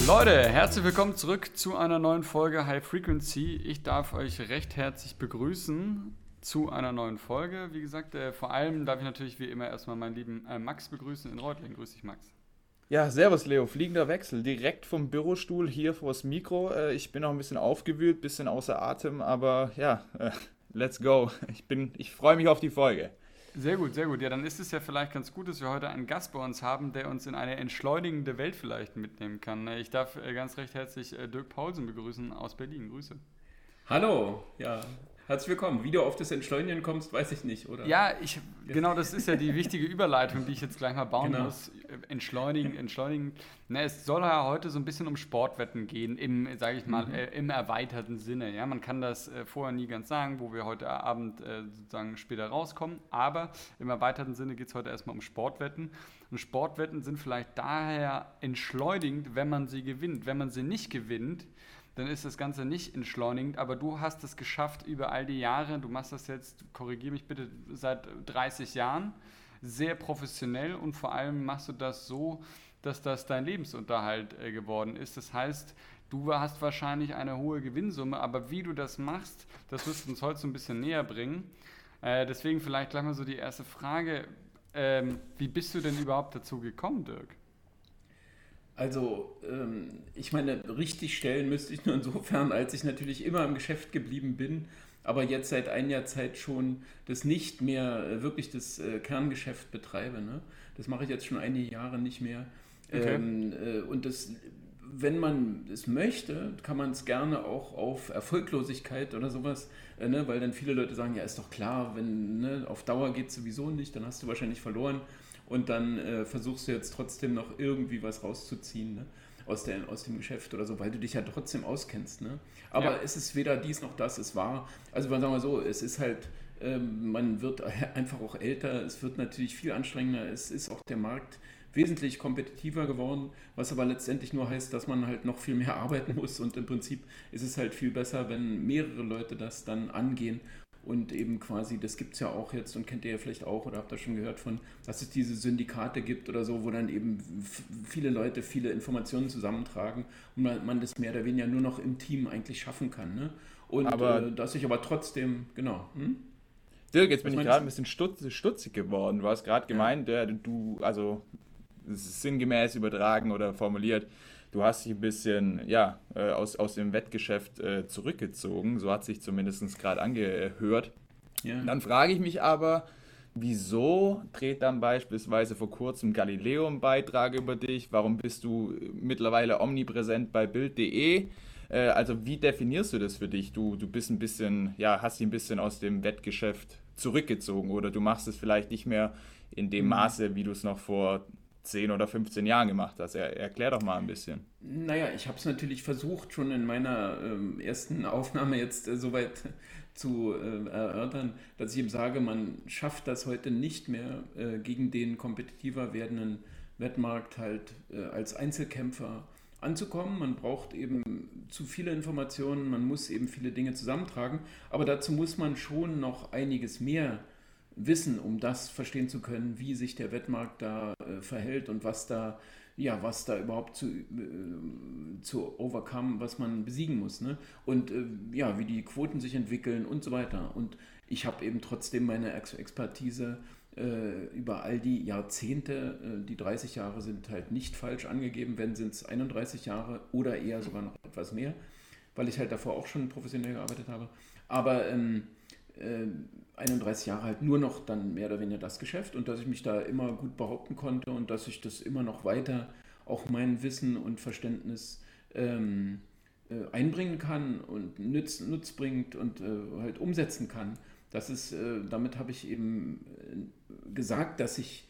Leute, herzlich willkommen zurück zu einer neuen Folge High Frequency. Ich darf euch recht herzlich begrüßen zu einer neuen Folge. Wie gesagt, vor allem darf ich natürlich wie immer erstmal meinen lieben Max begrüßen in Reutlingen. Grüß dich, Max. Ja, servus Leo, fliegender Wechsel, direkt vom Bürostuhl hier vors Mikro. Ich bin auch ein bisschen aufgewühlt, bisschen außer Atem, aber ja, let's go. Ich freue mich auf die Folge. Sehr gut, sehr gut. Ja, dann ist es ja vielleicht ganz gut, dass wir heute einen Gast bei uns haben, der uns in eine entschleunigende Welt vielleicht mitnehmen kann. Ich darf ganz recht herzlich Dirk Paulsen begrüßen aus Berlin. Grüße. Hallo, ja, herzlich willkommen. Wie du auf das Entschleunigen kommst, weiß ich nicht, oder? Ja, genau, das ist ja die wichtige Überleitung, die ich jetzt gleich mal bauen Genau. muss. Entschleunigen. Es soll ja heute so ein bisschen um Sportwetten gehen, sage ich mal, im erweiterten Sinne. Ja, man kann das vorher nie ganz sagen, wo wir heute Abend sozusagen später rauskommen. Aber im erweiterten Sinne geht es heute erstmal um Sportwetten. Und Sportwetten sind vielleicht daher entschleunigend, wenn man sie gewinnt. Wenn man sie nicht gewinnt, dann ist das Ganze nicht entschleunigend, aber du hast es geschafft über all die Jahre, du machst das jetzt, korrigiere mich bitte, seit 30 Jahren, sehr professionell und vor allem machst du das so, dass das dein Lebensunterhalt geworden ist. Das heißt, du hast wahrscheinlich eine hohe Gewinnsumme, aber wie du das machst, das wirst du uns heute so ein bisschen näher bringen. Deswegen vielleicht gleich mal so die erste Frage, wie bist du denn überhaupt dazu gekommen, Dirk? Also, ich meine, richtig stellen müsste ich nur insofern, als ich natürlich immer im Geschäft geblieben bin, aber jetzt seit ein Jahr Zeit schon das nicht mehr wirklich das Kerngeschäft betreibe. Ne? Das mache ich jetzt schon einige Jahre nicht mehr. Okay. Und das, wenn man es möchte, kann man es gerne auch auf Erfolglosigkeit oder sowas, ne? Weil dann viele Leute sagen, ja, ist doch klar, wenn ne, auf Dauer geht es sowieso nicht, dann hast du wahrscheinlich verloren. Und dann versuchst du jetzt trotzdem noch irgendwie was rauszuziehen, ne? Aus dem Geschäft oder so, weil du dich ja trotzdem auskennst. Ne? Aber Ja. es ist weder dies noch das, es war, also sagen wir mal so, es ist halt, man wird einfach auch älter, es wird natürlich viel anstrengender, es ist auch der Markt wesentlich kompetitiver geworden, was aber letztendlich nur heißt, dass man halt noch viel mehr arbeiten muss und im Prinzip ist es halt viel besser, wenn mehrere Leute das dann angehen. Und eben quasi, das gibt es ja auch jetzt und kennt ihr ja vielleicht auch oder habt ihr schon gehört von, dass es diese Syndikate gibt oder so, wo dann eben viele Leute viele Informationen zusammentragen und man das mehr oder weniger nur noch im Team eigentlich schaffen kann. Ne? Und Aber dass ich aber trotzdem, genau. Dirk, jetzt Was bin ich meinst gerade du? ein bisschen stutzig geworden. Du hast gerade gemeint, du, also es ist sinngemäß übertragen oder formuliert, du hast dich ein bisschen, ja, aus dem Wettgeschäft zurückgezogen. So hat sich zumindest gerade angehört. Ja. Dann frage ich mich aber, wieso dreht dann beispielsweise vor kurzem Galileo einen Beitrag über dich? Warum bist du mittlerweile omnipräsent bei Bild.de? Also wie definierst du das für dich? Du bist ein bisschen, ja, hast dich ein bisschen aus dem Wettgeschäft zurückgezogen oder du machst es vielleicht nicht mehr in dem Maße, wie du es noch vor 10 oder 15 Jahren gemacht hast. Erklär doch mal ein bisschen. Naja, ich habe es natürlich versucht, schon in meiner ersten Aufnahme jetzt soweit zu erörtern, dass ich eben sage, man schafft das heute nicht mehr gegen den kompetitiver werdenden Wettmarkt halt als Einzelkämpfer anzukommen. Man braucht eben zu viele Informationen, man muss eben viele Dinge zusammentragen, aber dazu muss man schon noch einiges mehr wissen, um das verstehen zu können, wie sich der Wettmarkt da verhält und was da überhaupt zu overcome, was man besiegen muss. Ne? Und ja, wie die Quoten sich entwickeln und so weiter. Und ich habe eben trotzdem meine Expertise über all die Jahrzehnte, die 30 Jahre sind halt nicht falsch angegeben, wenn sind es 31 Jahre oder eher sogar noch etwas mehr, weil ich halt davor auch schon professionell gearbeitet habe. Aber 31 Jahre halt nur noch dann mehr oder weniger das Geschäft und dass ich mich da immer gut behaupten konnte und dass ich das immer noch weiter auch mein Wissen und Verständnis einbringen kann und Nutz bringt und halt umsetzen kann. Das ist, damit habe ich eben gesagt, dass ich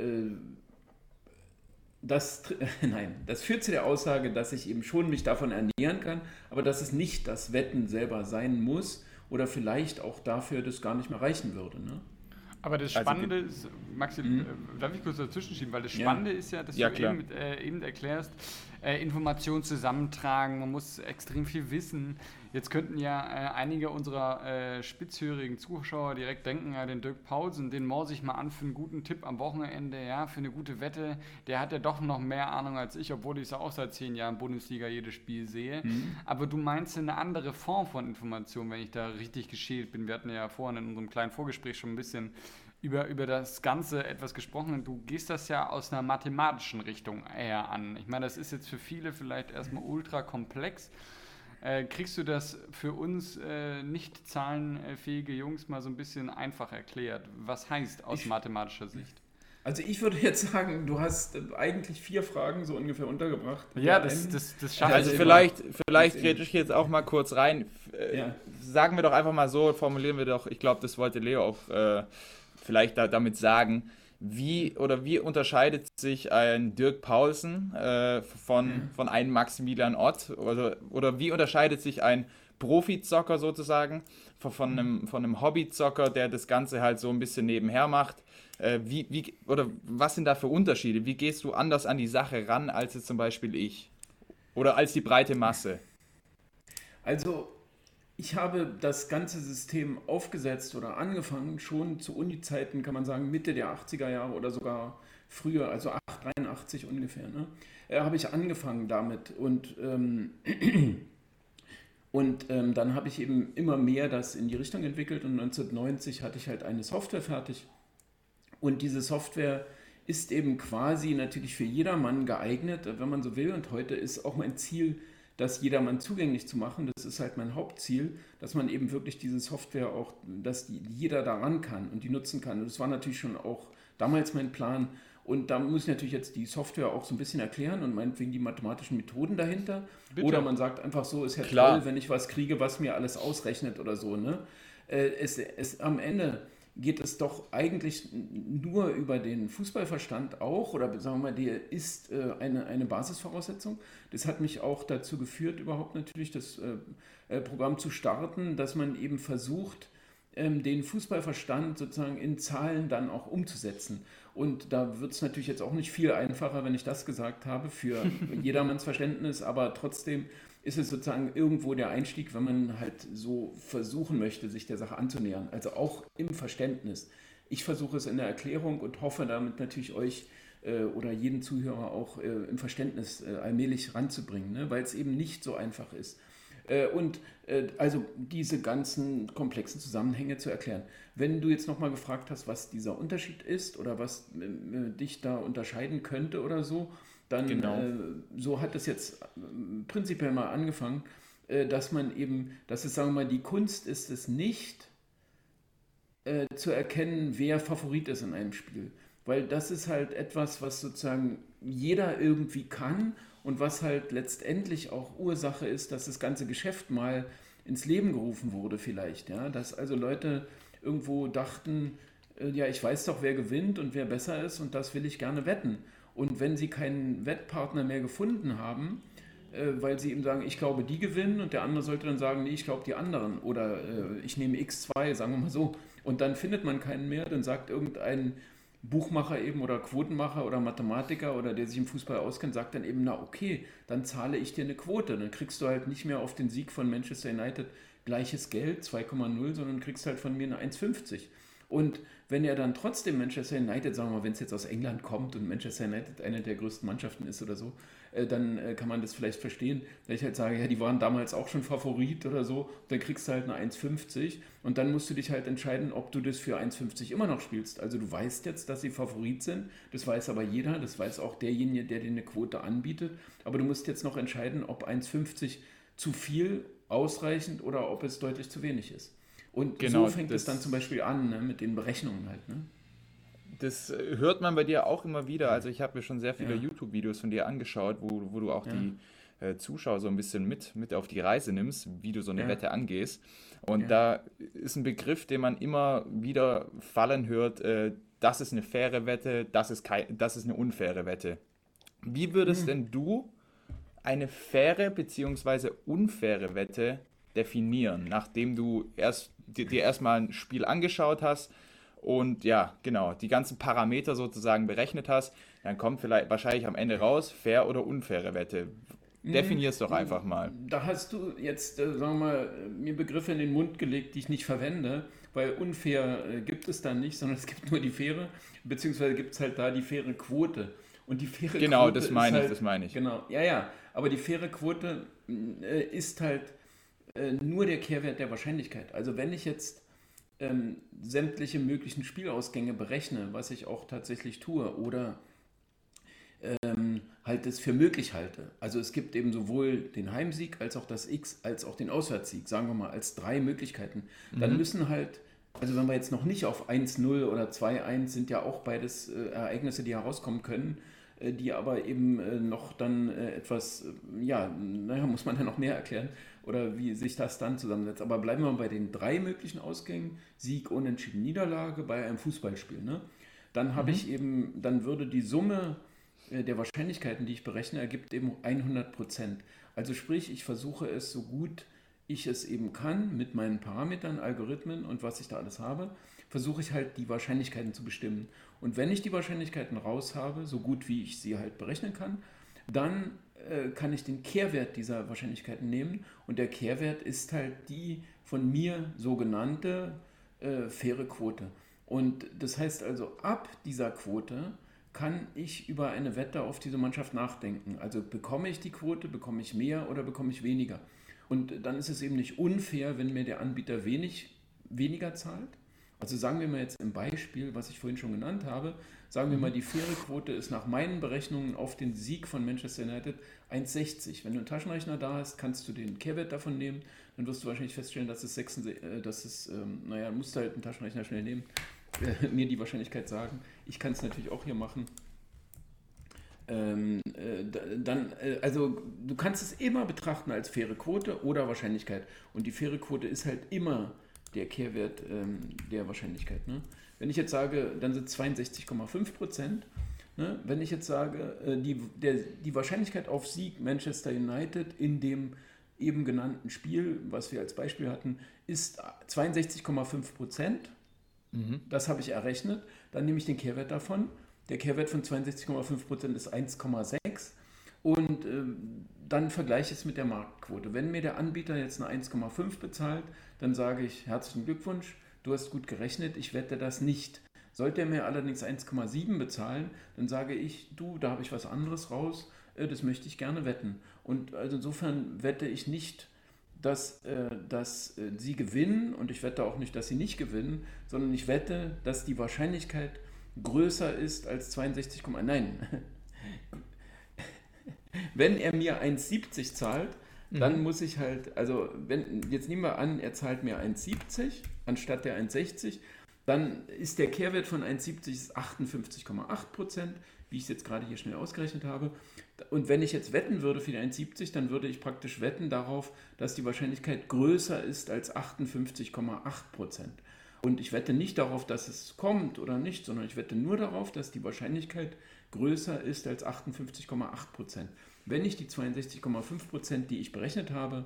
nein, das führt zu der Aussage, dass ich eben schon mich davon ernähren kann, aber dass es nicht das Wetten selber sein muss oder vielleicht auch dafür das gar nicht mehr reichen würde. Ne? Aber das Also, Spannende ist, Maxi, darf ich kurz dazwischen schieben, weil das Ja. Spannende ist ja, dass ja du klar. eben erklärst, Informationen zusammentragen, man muss extrem viel wissen. Jetzt könnten ja einige unserer spitzhörigen Zuschauer direkt denken, ja, den Dirk Paulsen, den morse ich mal an für einen guten Tipp am Wochenende, ja, für eine gute Wette. Der hat ja doch noch mehr Ahnung als ich, obwohl ich es auch seit 10 Jahren Bundesliga jedes Spiel sehe. Aber du meinst eine andere Form von Information, wenn ich da richtig geschält bin. Wir hatten ja vorhin in unserem kleinen Vorgespräch schon ein bisschen über das Ganze etwas gesprochen. Du gehst das ja aus einer mathematischen Richtung eher an. Ich meine, das ist jetzt für viele vielleicht erstmal ultra komplex. Kriegst du das für uns nicht zahlenfähige Jungs mal so ein bisschen einfach erklärt? Was heißt aus mathematischer Sicht? Also ich würde jetzt sagen, du hast eigentlich 4 Fragen so ungefähr untergebracht. Ja, das schaffe also ich. vielleicht rede ich jetzt auch mal kurz rein. Ja. Sagen wir doch einfach mal so, formulieren wir doch, ich glaube, das wollte Leo auch vielleicht damit sagen, wie unterscheidet sich ein Dirk Paulsen von einem Maximilian Ott oder wie unterscheidet sich ein Profizocker sozusagen von einem Hobbyzocker, der das Ganze halt so ein bisschen nebenher macht? Oder was sind da für Unterschiede? Wie gehst du anders an die Sache ran als jetzt zum Beispiel ich? Oder als die breite Masse? Also ich habe das ganze System aufgesetzt oder angefangen, schon zu Uni-Zeiten, kann man sagen, Mitte der 80er Jahre oder sogar früher, also 83 ungefähr, ne? Habe ich angefangen damit und dann habe ich eben immer mehr das in die Richtung entwickelt und 1990 hatte ich halt eine Software fertig und diese Software ist eben quasi natürlich für jedermann geeignet, wenn man so will, und heute ist auch mein Ziel, das jedermann zugänglich zu machen. Das ist halt mein Hauptziel, dass man eben wirklich diese Software auch, dass jeder daran kann und die nutzen kann. Und das war natürlich schon auch damals mein Plan. Und da muss ich natürlich jetzt die Software auch so ein bisschen erklären und meinetwegen die mathematischen Methoden dahinter. Bitte. Oder man sagt einfach so, ist ja Klar. toll, wenn ich was kriege, was mir alles ausrechnet oder so. Ne? Am Ende geht es doch eigentlich nur über den Fußballverstand auch, oder sagen wir mal, der ist eine Basisvoraussetzung. Das hat mich auch dazu geführt, überhaupt natürlich das Programm zu starten, dass man eben versucht, den Fußballverstand sozusagen in Zahlen dann auch umzusetzen. Und da wird es natürlich jetzt auch nicht viel einfacher, wenn ich das gesagt habe, für jedermanns Verständnis, aber trotzdem ist es sozusagen irgendwo der Einstieg, wenn man halt so versuchen möchte, sich der Sache anzunähern. Also auch im Verständnis. Ich versuche es in der Erklärung und hoffe damit natürlich euch oder jeden Zuhörer auch im Verständnis allmählich ranzubringen, ne? Weil es eben nicht so einfach ist. Also diese ganzen komplexen Zusammenhänge zu erklären. Wenn du jetzt nochmal gefragt hast, was dieser Unterschied ist oder was dich da unterscheiden könnte oder so, dann Genau. So hat es jetzt prinzipiell mal angefangen, dass es, sagen wir mal, die Kunst ist es nicht, zu erkennen, wer Favorit ist in einem Spiel. Weil das ist halt etwas, was sozusagen jeder irgendwie kann und was halt letztendlich auch Ursache ist, dass das ganze Geschäft mal ins Leben gerufen wurde vielleicht. Ja? Dass also Leute irgendwo dachten, ja, ich weiß doch, wer gewinnt und wer besser ist und das will ich gerne wetten. Und wenn sie keinen Wettpartner mehr gefunden haben, weil sie eben sagen, ich glaube, die gewinnen und der andere sollte dann sagen, nee, ich glaube die anderen oder ich nehme X2, sagen wir mal so. Und dann findet man keinen mehr, dann sagt irgendein Buchmacher eben oder Quotenmacher oder Mathematiker oder der sich im Fußball auskennt, sagt dann eben, na okay, dann zahle ich dir eine Quote. Dann kriegst du halt nicht mehr auf den Sieg von Manchester United gleiches Geld, 2,0, sondern kriegst halt von mir eine 1,50. Und wenn er dann trotzdem Manchester United, sagen wir mal, wenn es jetzt aus England kommt und Manchester United eine der größten Mannschaften ist oder so, dann kann man das vielleicht verstehen, wenn ich halt sage, ja, die waren damals auch schon Favorit oder so, dann kriegst du halt eine 1,50 und dann musst du dich halt entscheiden, ob du das für 1,50 immer noch spielst. Also du weißt jetzt, dass sie Favorit sind, das weiß aber jeder, das weiß auch derjenige, der dir eine Quote anbietet, aber du musst jetzt noch entscheiden, ob 1,50 zu viel, ausreichend oder ob es deutlich zu wenig ist. Und Genau, so fängt es dann zum Beispiel an, ne, mit den Berechnungen halt. Ne? Das hört man bei dir auch immer wieder. Also ich habe mir schon sehr viele Ja. YouTube-Videos von dir angeschaut, wo du auch Ja. die Zuschauer so ein bisschen mit auf die Reise nimmst, wie du so eine Ja. Wette angehst. Und Ja. da ist ein Begriff, den man immer wieder fallen hört, das ist eine faire Wette, das ist eine unfaire Wette. Wie würdest denn du eine faire bzw. unfaire Wette definieren, nachdem du dir erstmal ein Spiel angeschaut hast und ja, genau, die ganzen Parameter sozusagen berechnet hast? dann kommt vielleicht wahrscheinlich am Ende raus, fair oder unfaire Wette. Definier es doch einfach mal. Da hast du jetzt, sagen wir mal, mir Begriffe in den Mund gelegt, die ich nicht verwende, weil unfair gibt es da nicht, sondern es gibt nur die faire, beziehungsweise gibt es halt da die faire Quote. Und die faire Genau, Quote das meine ist ich, halt, das meine ich. genau, ja, aber die faire Quote ist halt nur der Kehrwert der Wahrscheinlichkeit. Also wenn ich jetzt sämtliche möglichen Spielausgänge berechne, was ich auch tatsächlich tue, oder halt es für möglich halte. Also es gibt eben sowohl den Heimsieg als auch das X, als auch den Auswärtssieg, sagen wir mal, als 3 Möglichkeiten. Dann müssen halt, also wenn wir jetzt noch nicht auf 1-0 oder 2-1 sind ja auch beides Ereignisse, die herauskommen können, die aber eben noch dann etwas, muss man ja noch mehr erklären, oder wie sich das dann zusammensetzt. Aber bleiben wir mal bei den 3 möglichen Ausgängen, Sieg, Unentschieden, Niederlage bei einem Fußballspiel, ne? Dann habe ich eben, dann würde die Summe der Wahrscheinlichkeiten, die ich berechne, ergibt eben 100%. Also sprich, ich versuche es so gut ich es eben kann, mit meinen Parametern, Algorithmen und was ich da alles habe, versuche ich halt die Wahrscheinlichkeiten zu bestimmen. Und wenn ich die Wahrscheinlichkeiten raus habe, so gut wie ich sie halt berechnen kann, dann kann ich den Kehrwert dieser Wahrscheinlichkeiten nehmen. Und der Kehrwert ist halt die von mir sogenannte faire Quote. Und das heißt also, ab dieser Quote kann ich über eine Wette auf diese Mannschaft nachdenken. Also bekomme ich die Quote, bekomme ich mehr oder bekomme ich weniger. Und dann ist es eben nicht unfair, wenn mir der Anbieter weniger zahlt. Also sagen wir mal jetzt im Beispiel, was ich vorhin schon genannt habe, sagen wir mal, die faire Quote ist nach meinen Berechnungen auf den Sieg von Manchester United 1,60. Wenn du einen Taschenrechner da hast, kannst du den Kehrwert davon nehmen, dann wirst du wahrscheinlich feststellen, dass musst du halt einen Taschenrechner schnell nehmen, mir die Wahrscheinlichkeit sagen. Ich kann es natürlich auch hier machen. Also du kannst es immer betrachten als faire Quote oder Wahrscheinlichkeit. Und die faire Quote ist halt immer der Kehrwert der Wahrscheinlichkeit. Ne? Wenn ich jetzt sage, dann sind es 62,5%. Ne? Wenn ich jetzt sage, die Wahrscheinlichkeit auf Sieg Manchester United in dem eben genannten Spiel, was wir als Beispiel hatten, ist 62,5%. Das habe ich errechnet. Dann nehme ich den Kehrwert davon. Der Kehrwert von 62,5% ist 1,6 und dann vergleiche ich es mit der Marktquote. Wenn mir der Anbieter jetzt eine 1,5 bezahlt, dann sage ich, herzlichen Glückwunsch, du hast gut gerechnet, ich wette das nicht. Sollte er mir allerdings 1,7 bezahlen, dann sage ich, da habe ich was anderes raus, das möchte ich gerne wetten. Und also insofern wette ich nicht, dass sie gewinnen, und ich wette auch nicht, dass sie nicht gewinnen, sondern ich wette, dass die Wahrscheinlichkeit größer ist als 62, nein. Wenn er mir 1,70 zahlt, dann muss ich halt, also jetzt nehmen wir an, er zahlt mir 1,70 anstatt der 1,60, dann ist der Kehrwert von 1,70 58,8%, wie ich es jetzt gerade hier schnell ausgerechnet habe. Und wenn ich jetzt wetten würde für die 1,70, dann würde ich praktisch wetten darauf, dass die Wahrscheinlichkeit größer ist als 58,8%. Und ich wette nicht darauf, dass es kommt oder nicht, sondern ich wette nur darauf, dass die Wahrscheinlichkeit größer ist als 58,8%. Wenn ich die 62,5%, die ich berechnet habe,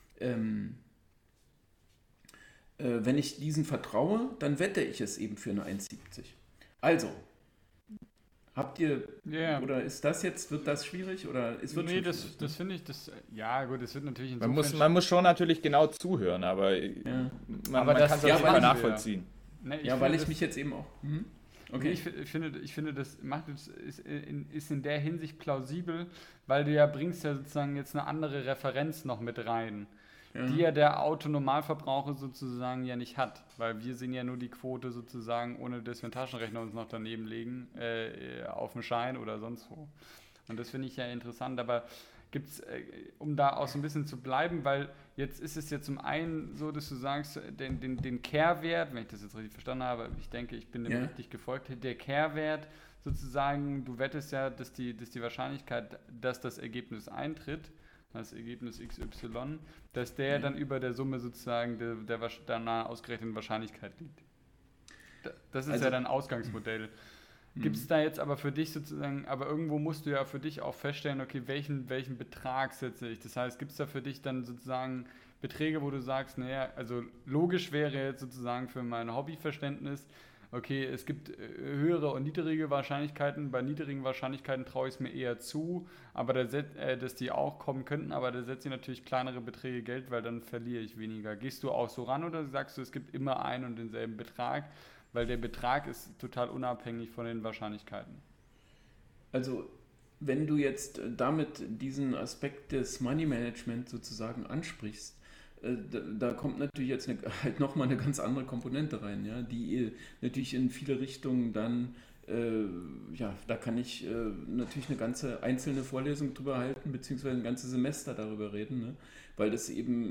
wenn ich diesen vertraue, dann wette ich es eben für eine 1,70. Also, habt ihr, oder wird das schwierig? Oder es wird das finde ich, ja gut, es wird natürlich insofern... Man muss schon natürlich genau zuhören, aber man kann es auf jeden Fall nachvollziehen. Weil ich mich jetzt eben auch... Okay. Ich finde, das ist in der Hinsicht plausibel, weil du bringst ja sozusagen jetzt eine andere Referenz noch mit rein, die ja der Autonormalverbraucher sozusagen ja nicht hat, weil wir sehen ja nur die Quote sozusagen, ohne dass wir einen Taschenrechner uns noch daneben legen, auf dem Schein oder sonst wo. Und das finde ich ja interessant, aber gibt es, um da auch so ein bisschen zu bleiben, weil jetzt ist es ja zum einen so, dass du sagst, den Kehrwert, wenn ich das jetzt richtig verstanden habe, ich denke, ich bin dem richtig gefolgt, der Kehrwert sozusagen, du wettest ja, dass die Wahrscheinlichkeit, dass das Ergebnis eintritt, das Ergebnis XY, dass der dann über der Summe sozusagen der danach ausgerechneten Wahrscheinlichkeit liegt. Das ist also, ja dein Ausgangsmodell. Gibt es da jetzt aber für dich sozusagen, aber irgendwo musst du ja für dich auch feststellen, okay, welchen Betrag setze ich? Das heißt, gibt es da für dich dann sozusagen Beträge, wo du sagst, naja, also logisch wäre jetzt sozusagen für mein Hobbyverständnis, okay, es gibt höhere und niedrige Wahrscheinlichkeiten. Bei niedrigen Wahrscheinlichkeiten traue ich es mir eher zu, aber dass die auch kommen könnten, aber da setze ich natürlich kleinere Beträge Geld, weil dann verliere ich weniger. Gehst du auch so ran oder sagst du, es gibt immer einen und denselben Betrag, weil der Betrag ist total unabhängig von den Wahrscheinlichkeiten? Also, wenn du jetzt damit diesen Aspekt des Money Management sozusagen ansprichst, da kommt natürlich jetzt halt nochmal eine ganz andere Komponente rein, ja, die natürlich in viele Richtungen dann, ja, da kann ich natürlich eine ganze einzelne Vorlesung drüber halten, beziehungsweise ein ganzes Semester darüber reden, ne, weil das eben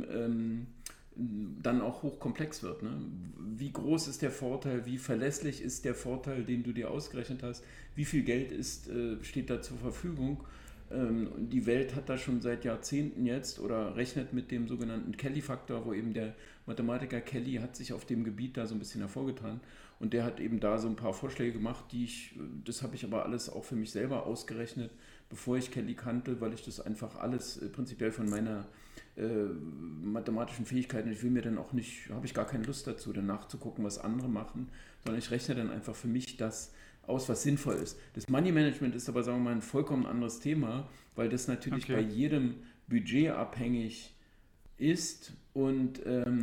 dann auch hochkomplex wird. Ne? Wie groß ist der Vorteil, wie verlässlich ist der Vorteil, den du dir ausgerechnet hast, wie viel Geld steht da zur Verfügung. Die Welt hat da schon seit Jahrzehnten jetzt oder rechnet mit dem sogenannten Kelly-Faktor, wo eben der Mathematiker Kelly hat sich auf dem Gebiet da so ein bisschen hervorgetan und der hat eben da so ein paar Vorschläge gemacht, das habe ich aber alles auch für mich selber ausgerechnet, bevor ich Kelly kannte, weil ich das einfach alles prinzipiell von meiner mathematischen Fähigkeiten, ich will mir dann auch nicht, habe ich gar keine Lust dazu, dann nachzugucken, was andere machen, sondern ich rechne dann einfach für mich das aus, was sinnvoll ist. Das Money Management ist aber, sagen wir mal, ein vollkommen anderes Thema, weil das natürlich bei jedem Budget abhängig ist und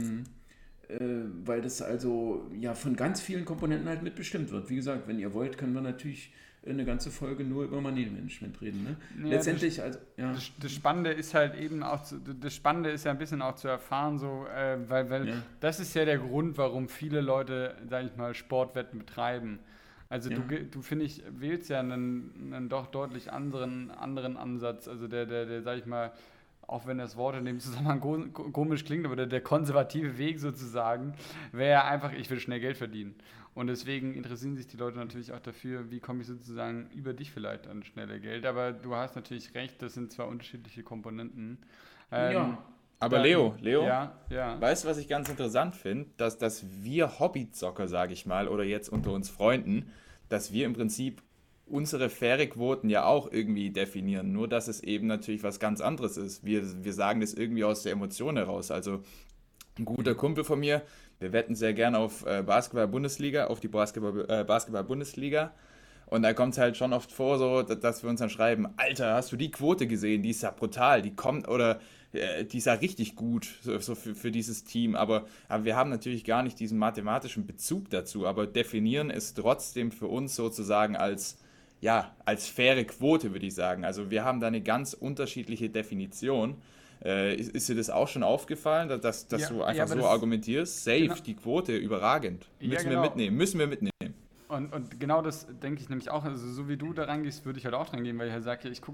weil das also ja von ganz vielen Komponenten halt mitbestimmt wird. Wie gesagt, wenn ihr wollt, können wir natürlich eine ganze Folge nur über Money Management reden. Ne? Ja, letztendlich, also, ja. Das Spannende ist halt eben auch, das Spannende ist ja ein bisschen auch zu erfahren, so, weil Ja. das ist ja der Grund, warum viele Leute, sag ich mal, Sportwetten betreiben. Also Ja. du finde ich, wählst ja einen doch deutlich anderen Ansatz, also der, sag ich mal, auch wenn das Wort in dem Zusammenhang komisch klingt, aber der konservative Weg sozusagen wäre ja einfach, ich will schnell Geld verdienen. Und deswegen interessieren sich die Leute natürlich auch dafür, wie komme ich sozusagen über dich vielleicht an schnelle Geld. Aber du hast natürlich recht, das sind zwei unterschiedliche Komponenten. Ja. Aber Leo, ja. weißt du, was ich ganz interessant finde? Dass wir Hobbyzocker, sage ich mal, oder jetzt unter uns Freunden, dass wir im Prinzip unsere faire Quoten ja auch irgendwie definieren. Nur, dass es eben natürlich was ganz anderes ist. Wir sagen das irgendwie aus der Emotion heraus. Also ein guter Kumpel von mir, wir wetten sehr gern auf Basketball-Bundesliga, auf die Basketball-Bundesliga. Und da kommt es halt schon oft vor, so, dass wir uns dann schreiben, Alter, hast du die Quote gesehen? Die ist ja brutal, die kommt, oder die ist ja richtig gut so für dieses Team. Aber wir haben natürlich gar nicht diesen mathematischen Bezug dazu, aber definieren es trotzdem für uns sozusagen als faire Quote, würde ich sagen. Also wir haben da eine ganz unterschiedliche Definition. Ist dir das auch schon aufgefallen, dass du einfach so argumentierst? Safe, genau. Die Quote, überragend. Müssen wir mitnehmen. Und genau das denke ich nämlich auch, also so wie du da rangehst, würde ich halt auch dran gehen, weil ich halt sage, ich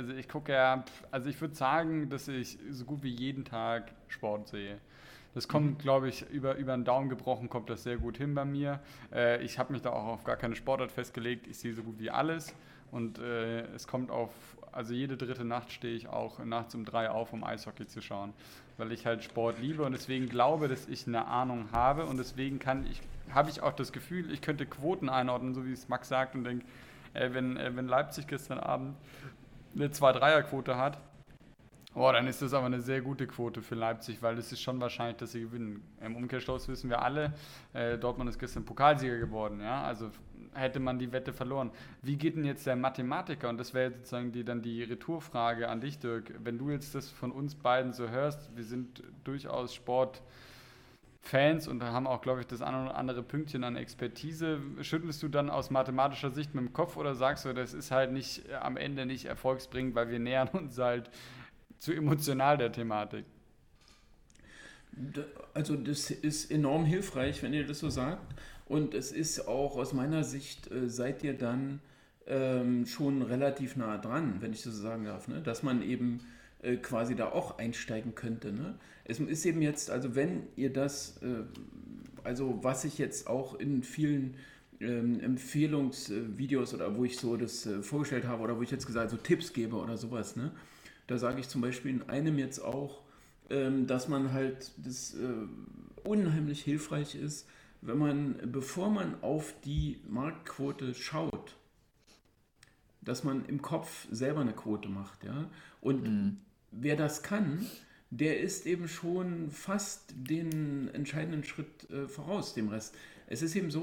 würde sagen, dass ich so gut wie jeden Tag Sport sehe. Das kommt, glaube ich, über den Daumen gebrochen, kommt das sehr gut hin bei mir. Ich habe mich da auch auf gar keine Sportart festgelegt, ich sehe so gut wie alles und es kommt also jede dritte Nacht stehe ich auch nachts um 3 auf, um Eishockey zu schauen, weil ich halt Sport liebe und deswegen glaube, dass ich eine Ahnung habe und deswegen habe ich auch das Gefühl, ich könnte Quoten einordnen, so wie es Max sagt und denke, wenn Leipzig gestern Abend eine 2-3er-Quote hat, dann ist das aber eine sehr gute Quote für Leipzig, weil es ist schon wahrscheinlich, dass sie gewinnen. Im Umkehrschluss wissen wir alle, Dortmund ist gestern Pokalsieger geworden, ja, also hätte man die Wette verloren. Wie geht denn jetzt der Mathematiker, und das wäre sozusagen die Retourfrage an dich, Dirk, wenn du jetzt das von uns beiden so hörst, wir sind durchaus Sportfans und haben auch, glaube ich, das eine oder andere Pünktchen an Expertise, schüttelst du dann aus mathematischer Sicht mit dem Kopf oder sagst du, das ist halt nicht am Ende nicht erfolgsbringend, weil wir nähern uns halt zu emotional der Thematik? Also das ist enorm hilfreich, wenn ihr das so sagt. Und es ist auch aus meiner Sicht, seid ihr dann schon relativ nah dran, wenn ich das so sagen darf, ne? Dass man eben quasi da auch einsteigen könnte. Ne? Es ist eben jetzt, also wenn ihr das, also was ich jetzt auch in vielen Empfehlungsvideos oder wo ich so das vorgestellt habe oder wo ich jetzt gesagt so Tipps gebe oder sowas, ne? Da sage ich zum Beispiel in einem jetzt auch, dass man halt das unheimlich hilfreich ist, wenn man, bevor man auf die Marktquote schaut, dass man im Kopf selber eine Quote macht, ja. Und wer das kann, der ist eben schon fast den entscheidenden Schritt voraus dem Rest. Es ist eben so,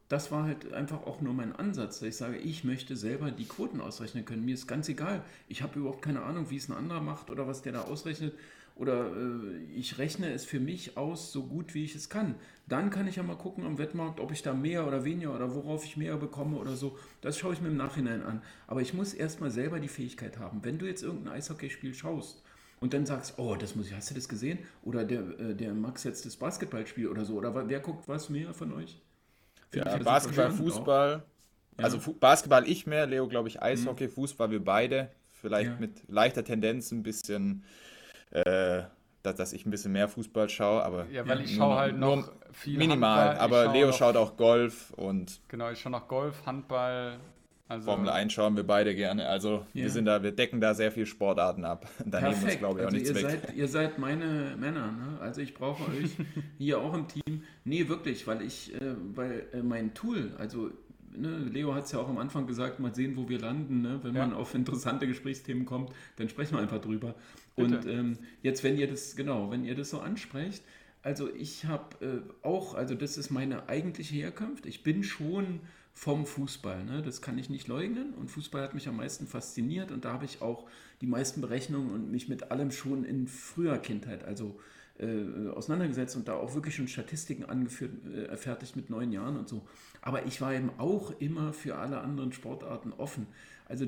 das war halt einfach auch nur mein Ansatz, dass ich sage, ich möchte selber die Quoten ausrechnen können. Mir ist ganz egal. Ich habe überhaupt keine Ahnung, wie es ein anderer macht oder was der da ausrechnet. Oder ich rechne es für mich aus, so gut wie ich es kann. Dann kann ich ja mal gucken am Wettmarkt, ob ich da mehr oder weniger oder worauf ich mehr bekomme oder so. Das schaue ich mir im Nachhinein an. Aber ich muss erstmal selber die Fähigkeit haben. Wenn du jetzt irgendein Eishockeyspiel schaust und dann sagst, oh, das muss ich, hast du das gesehen? Oder der Max jetzt das Basketballspiel oder so. Oder wer guckt was mehr von euch? Finde Ja, ich Basketball, super spannend auch. Fußball. Also Ja. Basketball ich mehr, Leo glaube ich Hm. Eishockey, Fußball wir beide. Vielleicht Ja. mit leichter Tendenz ein bisschen, äh, dass ich ein bisschen mehr Fußball schaue, aber Ja, weil Ja. ich nur schaue noch, halt nur noch viel minimal. Handball. Aber Leo schaut auch Golf und Genau, ich schaue noch Golf, Handball. Formel Also, 1 schauen wir beide gerne. Also Ja. wir decken da sehr viel Sportarten ab. Da nehmen wir uns, Perfekt. glaube ich, auch Also nichts weg. ihr seid meine Männer, ne? Also ich brauche euch hier auch im Team. Nee, wirklich, weil mein Tool, also ne, Leo hat es ja auch am Anfang gesagt, mal sehen, wo wir landen, ne? Wenn ja, man auf interessante Gesprächsthemen kommt, dann sprechen wir einfach drüber. bitte. Und jetzt, wenn ihr das so ansprecht, also ich habe auch, also das ist meine eigentliche Herkunft. Ich bin schon vom Fußball, ne? Das kann ich nicht leugnen. Und Fußball hat mich am meisten fasziniert und da habe ich auch die meisten Berechnungen und mich mit allem schon in früher Kindheit, also auseinandergesetzt und da auch wirklich schon Statistiken fertigt mit 9 Jahren und so. Aber ich war eben auch immer für alle anderen Sportarten offen. Also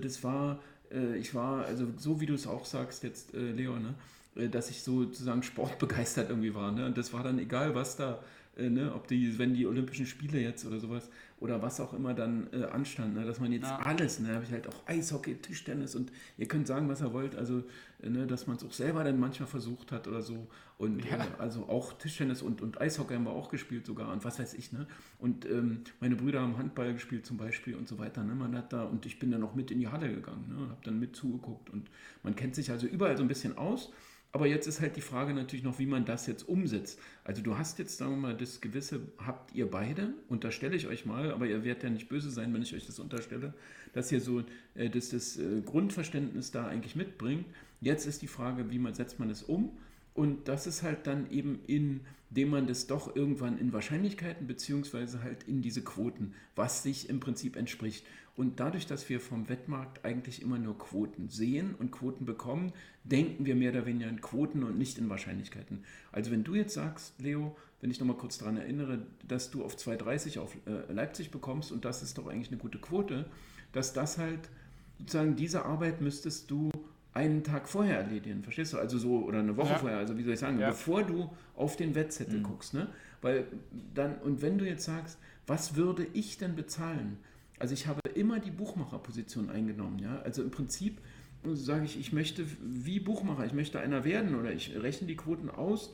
ich war, also so wie du es auch sagst jetzt, Leo, ne? Dass ich sozusagen sportbegeistert irgendwie war. Ne? Und das war dann egal, was da, ne? Wenn die Olympischen Spiele jetzt oder sowas oder was auch immer dann anstand, ne? Dass man jetzt Ja. alles, ne? Habe ich halt auch Eishockey, Tischtennis und ihr könnt sagen, was ihr wollt, also ne? Dass man es auch selber dann manchmal versucht hat oder so und Ja. also auch Tischtennis und Eishockey haben wir auch gespielt sogar und was weiß ich, ne? Und meine Brüder haben Handball gespielt zum Beispiel und so weiter, ne? Man hat da und ich bin dann auch mit in die Halle gegangen, ne? Und habe dann mit zugeguckt und man kennt sich also überall so ein bisschen aus. Aber jetzt ist halt die Frage natürlich noch, wie man das jetzt umsetzt. Also du hast jetzt, sagen wir mal, das Gewisse habt ihr beide, unterstelle ich euch mal, aber ihr werdet ja nicht böse sein, wenn ich euch das unterstelle, dass ihr so das Grundverständnis da eigentlich mitbringt. Jetzt ist die Frage, setzt man es um? Und das ist halt dann eben indem man das doch irgendwann in Wahrscheinlichkeiten beziehungsweise halt in diese Quoten, was sich im Prinzip entspricht. Und dadurch, dass wir vom Wettmarkt eigentlich immer nur Quoten sehen und Quoten bekommen, denken wir mehr oder weniger in Quoten und nicht in Wahrscheinlichkeiten. Also wenn du jetzt sagst, Leo, wenn ich nochmal kurz daran erinnere, dass du auf 2,30 auf Leipzig bekommst und das ist doch eigentlich eine gute Quote, dass das halt sozusagen diese Arbeit müsstest du einen Tag vorher erledigen, verstehst du? Also so, oder eine Woche Ja. vorher, also wie soll ich sagen, Ja. bevor du auf den Wettzettel guckst, ne? Weil dann, und wenn du jetzt sagst, was würde ich denn bezahlen? Also ich habe immer die Buchmacherposition eingenommen, ja? Also im Prinzip sage ich, ich möchte wie Buchmacher, ich möchte einer werden oder ich rechne die Quoten aus.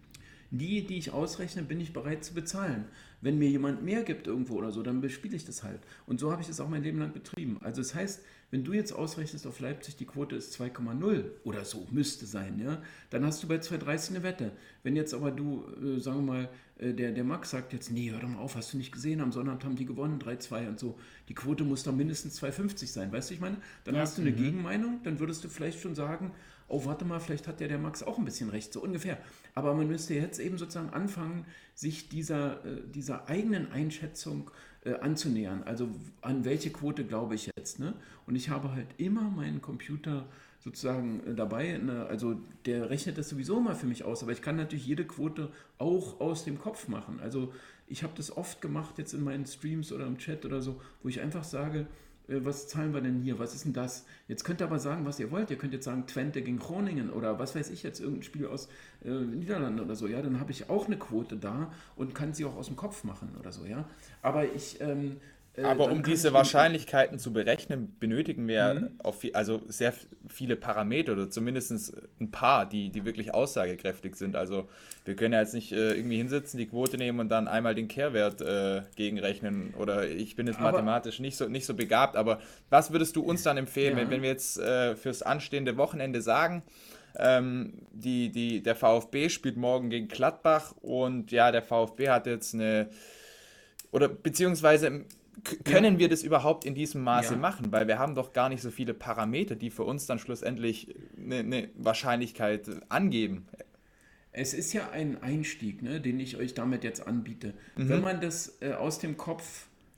Die ich ausrechne, bin ich bereit zu bezahlen. Wenn mir jemand mehr gibt irgendwo oder so, dann bespiele ich das halt. Und so habe ich es auch mein Leben lang betrieben. Also das heißt, wenn du jetzt ausrechnest auf Leipzig, die Quote ist 2,0 oder so, müsste sein, ja, dann hast du bei 2,30 eine Wette. Wenn jetzt aber du, sagen wir mal, der Max sagt jetzt, nee, hör doch mal auf, hast du nicht gesehen, am Sonnabend haben die gewonnen, 3-2 und so. Die Quote muss doch mindestens 2,50 sein, weißt du, ich meine? Dann Ja. hast du eine Gegenmeinung, dann würdest du vielleicht schon sagen, oh, warte mal, vielleicht hat der Max auch ein bisschen recht, so ungefähr. Aber man müsste jetzt eben sozusagen anfangen, sich dieser eigenen Einschätzung anzunähern. Also an welche Quote glaube ich jetzt, ne? Und ich habe halt immer meinen Computer sozusagen dabei, ne? Also der rechnet das sowieso mal für mich aus, aber ich kann natürlich jede Quote auch aus dem Kopf machen. Also ich habe das oft gemacht jetzt in meinen Streams oder im Chat oder so, wo ich einfach sage, was zahlen wir denn hier? Was ist denn das? Jetzt könnt ihr aber sagen, was ihr wollt. Ihr könnt jetzt sagen, Twente gegen Groningen oder was weiß ich jetzt, irgendein Spiel aus Niederlanden oder so. Ja, dann habe ich auch eine Quote da und kann sie auch aus dem Kopf machen oder so. Ja, aber Aber dann um kann diese ich Wahrscheinlichkeiten zu berechnen, benötigen wir also sehr viele Parameter oder zumindest ein paar, die wirklich aussagekräftig sind. Also wir können ja jetzt nicht irgendwie hinsetzen, die Quote nehmen und dann einmal den Kehrwert gegenrechnen. Oder ich bin jetzt aber mathematisch nicht so begabt, aber was würdest du uns dann empfehlen, ja. wenn wir jetzt fürs anstehende Wochenende sagen, der VfB spielt morgen gegen Gladbach und ja, der VfB hat jetzt oder beziehungsweise können wir das überhaupt in diesem Maße Ja. machen? Weil wir haben doch gar nicht so viele Parameter, die für uns dann schlussendlich eine Wahrscheinlichkeit angeben. Es ist ja ein Einstieg, ne, den ich euch damit jetzt anbiete. Wenn man das aus dem Kopf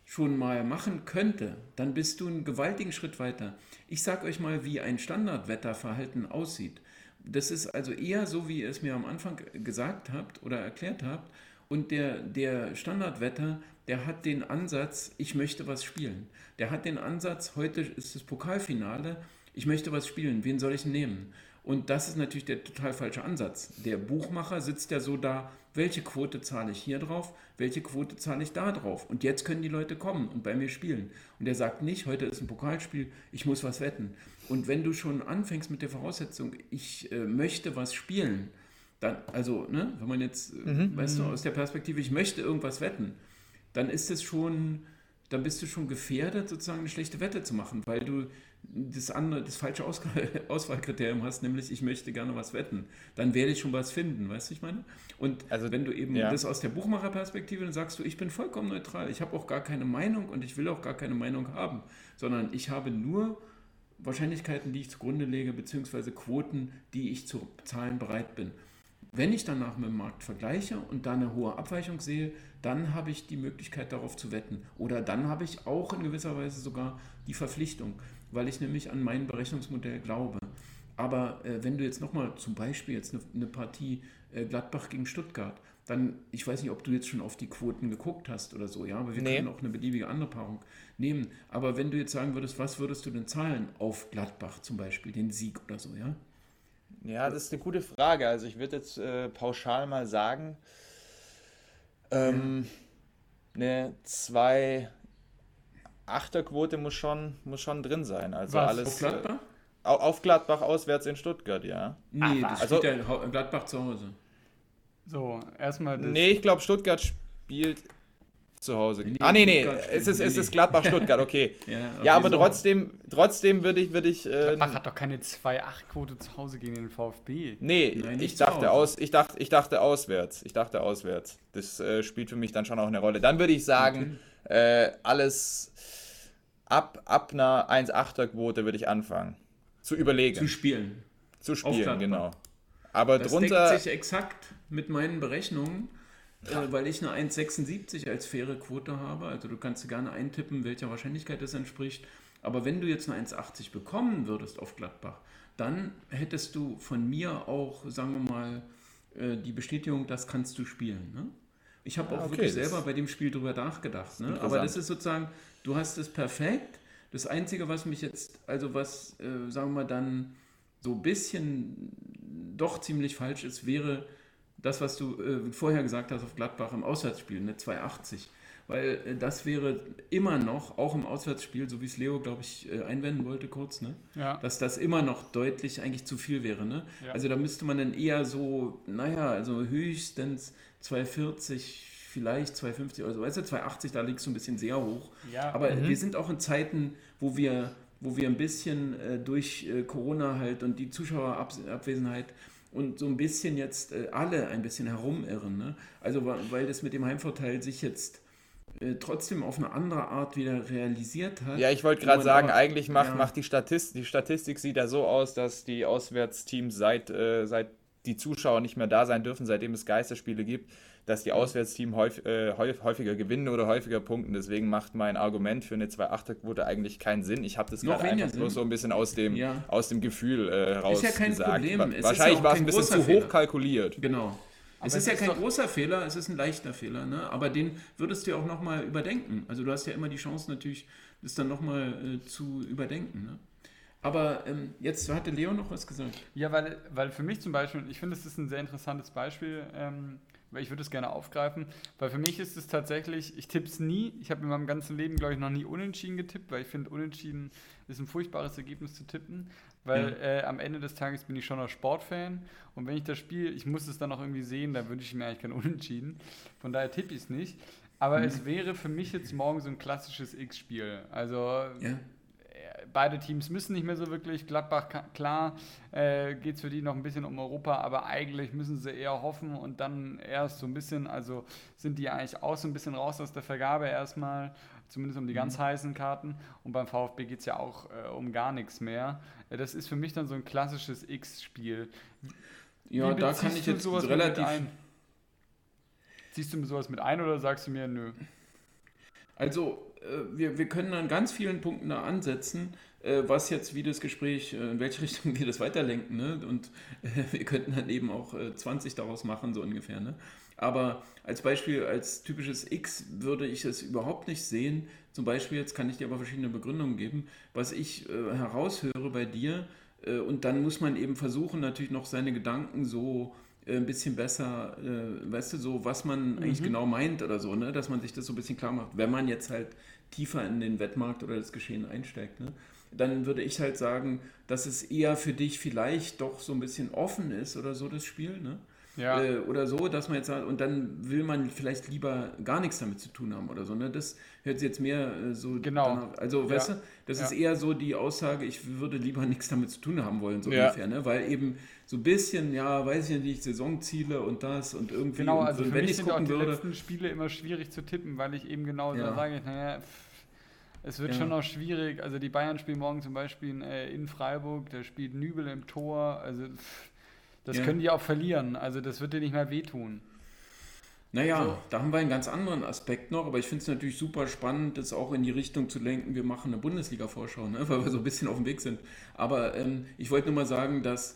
schon mal machen könnte, dann bist du einen gewaltigen Schritt weiter. Ich sage euch mal, wie ein Standardwetterverhalten aussieht. Das ist also eher so, wie ihr es mir am Anfang gesagt habt oder erklärt habt. Und der Standardwetter, der hat den Ansatz, ich möchte was spielen. Der hat den Ansatz, heute ist das Pokalfinale, ich möchte was spielen, wen soll ich nehmen? Und das ist natürlich der total falsche Ansatz. Der Buchmacher sitzt ja so da, welche Quote zahle ich hier drauf, welche Quote zahle ich da drauf. Und jetzt können die Leute kommen und bei mir spielen. Und er sagt nicht, heute ist ein Pokalspiel, ich muss was wetten. Und wenn du schon anfängst mit der Voraussetzung, ich möchte was spielen, dann, also, ne, wenn man jetzt, weißt du, aus der Perspektive, ich möchte irgendwas wetten, dann ist es schon, dann bist du schon gefährdet, sozusagen eine schlechte Wette zu machen, weil du das falsche Auswahlkriterium hast, nämlich ich möchte gerne was wetten. Dann werde ich schon was finden, weißt du, ich meine? Und also, wenn du eben das aus der Buchmacherperspektive, dann sagst du, ich bin vollkommen neutral, ich habe auch gar keine Meinung und ich will auch gar keine Meinung haben, sondern ich habe nur Wahrscheinlichkeiten, die ich zugrunde lege, beziehungsweise Quoten, die ich zu zahlen bereit bin. Wenn ich danach mit dem Markt vergleiche und da eine hohe Abweichung sehe, dann habe ich die Möglichkeit, darauf zu wetten. Oder dann habe ich auch in gewisser Weise sogar die Verpflichtung, weil ich nämlich an mein Berechnungsmodell glaube. Aber wenn du jetzt nochmal zum Beispiel jetzt eine Partie Gladbach gegen Stuttgart, dann, ich weiß nicht, ob du jetzt schon auf die Quoten geguckt hast oder so, ja, aber wir können auch eine beliebige andere Paarung nehmen. Aber wenn du jetzt sagen würdest, was würdest du denn zahlen auf Gladbach zum Beispiel, den Sieg oder so, ja? Ja, das ist eine gute Frage. Also ich würde jetzt pauschal mal sagen, eine 2-8er-Quote muss schon drin sein. Also was, alles auf Gladbach? Auf Gladbach auswärts in Stuttgart, ja. Nee, das spielt ja Gladbach zu Hause. So, erstmal das. Nee, ich glaube, Stuttgart spielt zu Hause. Nee, es ist Gladbach-Stuttgart, okay. ja, aber trotzdem würde ich Gladbach hat doch keine 2-8-Quote zu Hause gegen den VfB. Nee, Nein, ich dachte auswärts. Das spielt für mich dann schon auch eine Rolle. Dann würde ich sagen, alles ab einer 1-8er-Quote würde ich anfangen. Zu überlegen. Zu spielen, genau. Aber das drunter. deckt sich exakt mit meinen Berechnungen, weil ich eine 1,76 als faire Quote habe. Also du kannst gerne eintippen, welcher Wahrscheinlichkeit das entspricht. Aber wenn du jetzt eine 1,80 bekommen würdest auf Gladbach, dann hättest du von mir auch, sagen wir mal, die Bestätigung, das kannst du spielen. Ne? Ich habe auch wirklich selber bei dem Spiel drüber nachgedacht. Ne? Aber das ist sozusagen, du hast es perfekt. Das Einzige, was mich jetzt, also was, sagen wir mal, dann so ein bisschen doch ziemlich falsch ist, wäre das, was du vorher gesagt hast auf Gladbach im Auswärtsspiel, eine 2,80. Weil das wäre immer noch, auch im Auswärtsspiel, so wie es Leo, glaube ich, einwenden wollte kurz, ne? Ja. Dass das immer noch deutlich eigentlich zu viel wäre. Ne? Ja. Also da müsste man dann eher so, also höchstens 2,40, vielleicht 2,50 oder so. Weißt du, 2,80, da liegst du ein bisschen sehr hoch. Ja. Aber wir sind auch in Zeiten, wo wir ein bisschen durch Corona halt und die Zuschauerabwesenheit und so ein bisschen jetzt alle ein bisschen herumirren. Ne? Also weil das mit dem Heimvorteil sich jetzt trotzdem auf eine andere Art wieder realisiert hat. Ja, ich wollte gerade sagen, eigentlich macht die Statistik sieht ja so aus, dass die Auswärtsteams seit die Zuschauer nicht mehr da sein dürfen, seitdem es Geisterspiele gibt, dass die Auswärtsteams häufiger gewinnen oder häufiger punkten. Deswegen macht mein Argument für eine 2-8er-Quote eigentlich keinen Sinn. Ich habe das gerade einfach bloß so ein bisschen aus dem Gefühl heraus gesagt. Ist ja kein gesagt. Problem. Wahrscheinlich war es ein bisschen zu hoch kalkuliert. Genau. Es ist ja kein großer Fehler, es ist ein leichter Fehler, ne? Aber den würdest du ja auch nochmal überdenken. Also du hast ja immer die Chance natürlich, das dann nochmal zu überdenken. Ne? Aber jetzt hatte Leo noch was gesagt. Ja, weil für mich zum Beispiel, ich finde, es ist ein sehr interessantes Beispiel, weil ich würde es gerne aufgreifen, weil für mich ist es tatsächlich, ich tippe es nie, ich habe in meinem ganzen Leben, glaube ich, noch nie unentschieden getippt, weil ich finde, unentschieden ist ein furchtbares Ergebnis zu tippen, weil am Ende des Tages bin ich schon ein Sportfan und wenn ich das Spiele, ich muss es dann auch irgendwie sehen, dann wünsche ich mir eigentlich kein Unentschieden, von daher tippe ich es nicht, aber es wäre für mich jetzt morgen so ein klassisches X-Spiel, also beide Teams müssen nicht mehr so wirklich. Gladbach, klar, geht es für die noch ein bisschen um Europa, aber eigentlich müssen sie eher hoffen und dann erst so ein bisschen, also sind die eigentlich auch so ein bisschen raus aus der Vergabe erstmal, zumindest um die ganz heißen Karten. Und beim VfB geht es ja auch um gar nichts mehr. Das ist für mich dann so ein klassisches X-Spiel. Ja, da kann ich jetzt relativ... Ziehst du mir sowas mit ein oder sagst du mir, nö? Also wir können an ganz vielen Punkten da ansetzen, was jetzt wie das Gespräch, in welche Richtung wir das weiterlenken. Ne? Und wir könnten dann eben auch 20 daraus machen, so ungefähr. Ne? Aber als Beispiel, als typisches X würde ich es überhaupt nicht sehen. Zum Beispiel, jetzt kann ich dir aber verschiedene Begründungen geben, was ich heraushöre bei dir. Und dann muss man eben versuchen, natürlich noch seine Gedanken so ein bisschen besser, weißt du, so was man eigentlich genau meint oder so, ne? Dass man sich das so ein bisschen klar macht, wenn man jetzt halt tiefer in den Wettmarkt oder das Geschehen einsteigt. Ne? Dann würde ich halt sagen, dass es eher für dich vielleicht doch so ein bisschen offen ist oder so, das Spiel. Ne? Ja. Oder so, dass man jetzt sagt, und dann will man vielleicht lieber gar nichts damit zu tun haben oder so. Ne? Das hört sich jetzt mehr so Genau. danach, also weißt du, das ist eher so die Aussage, ich würde lieber nichts damit zu tun haben wollen, so ungefähr, ne? Weil eben so ein bisschen, ja, weiß ich nicht, Saisonziele und das und irgendwie. Genau, und also für wenn mich ich sind auch gucken die würde, letzten Spiele immer schwierig zu tippen, weil ich eben genau da sage, naja, es wird Ja. schon noch schwierig. Also die Bayern spielen morgen zum Beispiel in Freiburg, da spielt Nübel im Tor, also das Ja. können die auch verlieren, also das wird dir nicht mehr wehtun. naja, So. da haben wir einen ganz anderen Aspekt noch, aber ich finde es natürlich super spannend, das auch in die Richtung zu lenken, wir machen eine Bundesliga-Vorschau, ne? Weil wir so ein bisschen auf dem Weg sind. Aber ich wollte nur mal sagen, dass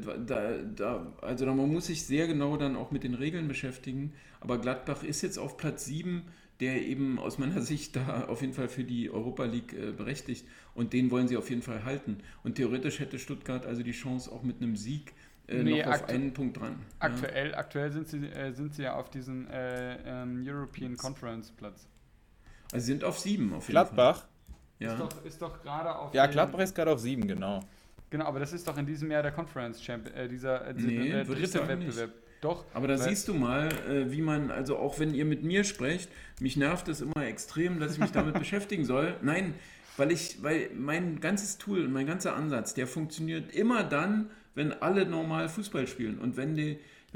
also man muss sich sehr genau dann auch mit den Regeln beschäftigen, aber Gladbach ist jetzt auf Platz 7, der eben aus meiner Sicht da auf jeden Fall für die Europa League berechtigt und den wollen sie auf jeden Fall halten. Und theoretisch hätte Stuttgart also die Chance auch mit einem Sieg Nee, noch auf einen Punkt dran. Aktuell sind sie ja auf diesem European Conference Platz. Also sie sind auf 7 auf jeden Gladbach? Fall. Ja. Ist doch gerade auf Ja, dem- Gladbach ist gerade auf 7, genau. Genau, aber das ist doch in diesem Jahr der Conference Champion, dieser Nee, der würde ich dritte sagen Wettbewerb. Doch. Aber da weil- siehst du mal, wie man, also auch wenn ihr mit mir sprecht, mich nervt es immer extrem, dass ich mich damit beschäftigen soll. Nein, weil mein ganzes Tool und mein ganzer Ansatz, der funktioniert immer dann, wenn alle normal Fußball spielen. Und wenn die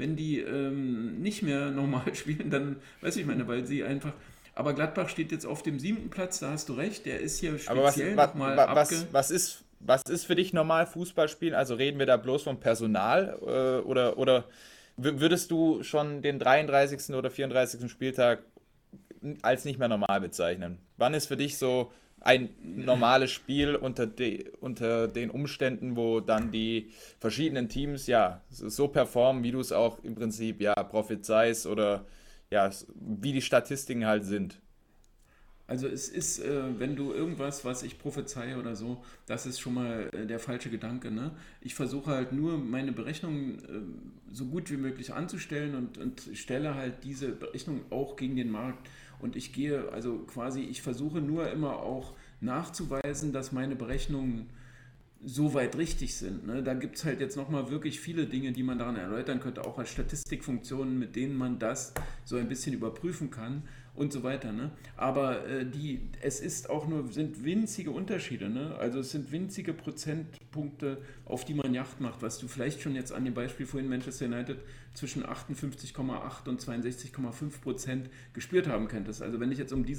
nicht mehr normal spielen, dann, weiß ich meine, weil sie einfach. Aber Gladbach steht jetzt auf dem 7. Platz, da hast du recht, der ist hier Aber speziell nochmal was ist für dich normal Fußball spielen? Also reden wir da bloß vom Personal oder würdest du schon den 33. oder 34. Spieltag als nicht mehr normal bezeichnen? Wann ist für dich so ein normales Spiel unter den Umständen, wo dann die verschiedenen Teams ja so performen, wie du es auch im Prinzip ja prophezeist oder ja, wie die Statistiken halt sind? Also es ist, wenn du irgendwas, was ich prophezeie oder so, das ist schon mal der falsche Gedanke. Ne? Ich versuche halt nur meine Berechnungen so gut wie möglich anzustellen und stelle halt diese Berechnung auch gegen den Markt. Und ich gehe, also quasi, ich versuche nur immer auch nachzuweisen, dass meine Berechnungen soweit richtig sind. Ne? Da gibt es halt jetzt nochmal wirklich viele Dinge, die man daran erläutern könnte, auch als Statistikfunktionen, mit denen man das so ein bisschen überprüfen kann und so weiter. Ne? Aber es ist auch sind winzige Unterschiede. Ne? Also es sind winzige Prozentpunkte, auf die man Yacht macht, was du vielleicht schon jetzt an dem Beispiel vorhin Manchester United zwischen 58,8 und 62,5% gespürt haben könntest. Also wenn ich jetzt um diese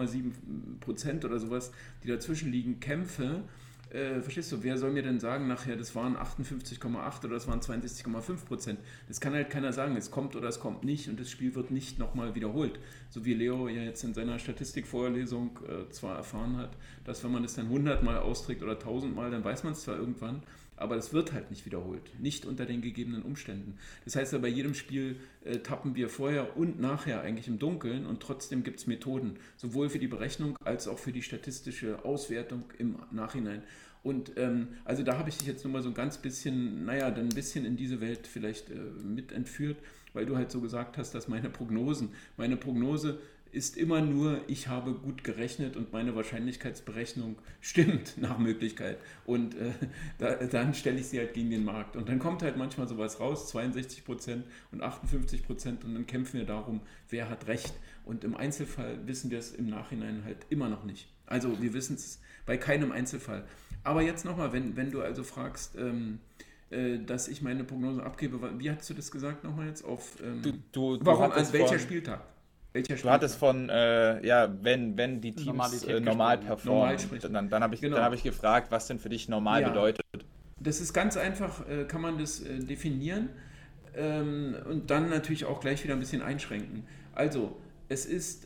3,7% oder sowas, die dazwischen liegen, kämpfe, verstehst du, wer soll mir denn sagen nachher, das waren 58,8 oder das waren 62,5%? Das kann halt keiner sagen, es kommt oder es kommt nicht und das Spiel wird nicht nochmal wiederholt. So wie Leo ja jetzt in seiner Statistikvorlesung zwar erfahren hat, dass wenn man es dann 100 Mal austrägt oder 1000 Mal, dann weiß man es zwar irgendwann, aber das wird halt nicht wiederholt. Nicht unter den gegebenen Umständen. Das heißt ja, bei jedem Spiel tappen wir vorher und nachher eigentlich im Dunkeln und trotzdem gibt es Methoden, sowohl für die Berechnung als auch für die statistische Auswertung im Nachhinein. Und also da habe ich dich jetzt nur mal so ein ganz bisschen, dann ein bisschen in diese Welt vielleicht mit entführt, weil du halt so gesagt hast, dass meine Prognose ist immer nur, ich habe gut gerechnet und meine Wahrscheinlichkeitsberechnung stimmt nach Möglichkeit. Und dann stelle ich sie halt gegen den Markt. Und dann kommt halt manchmal sowas raus, 62% und 58% und dann kämpfen wir darum, wer hat recht. Und im Einzelfall wissen wir es im Nachhinein halt immer noch nicht. Also wir wissen es bei keinem Einzelfall. Aber jetzt nochmal, wenn du also fragst, dass ich meine Prognose abgebe, wie hast du das gesagt nochmal jetzt? Warum, an welcher Spieltag? Du hattest von, wenn die Teams normal performen, dann habe ich gefragt, was denn für dich normal bedeutet. Das ist ganz einfach, kann man das definieren und dann natürlich auch gleich wieder ein bisschen einschränken. Also, es ist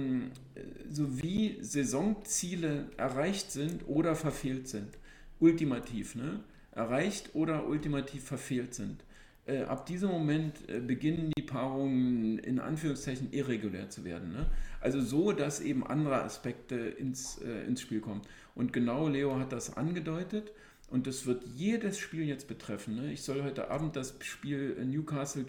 so wie Saisonziele erreicht sind oder verfehlt sind. Ultimativ, ne? Erreicht oder ultimativ verfehlt sind. Ab diesem Moment beginnen die Paarungen in Anführungszeichen irregulär zu werden. Ne? Also so, dass eben andere Aspekte ins Spiel kommen. Und genau Leo hat das angedeutet und das wird jedes Spiel jetzt betreffen. Ne? Ich soll heute Abend das Spiel Newcastle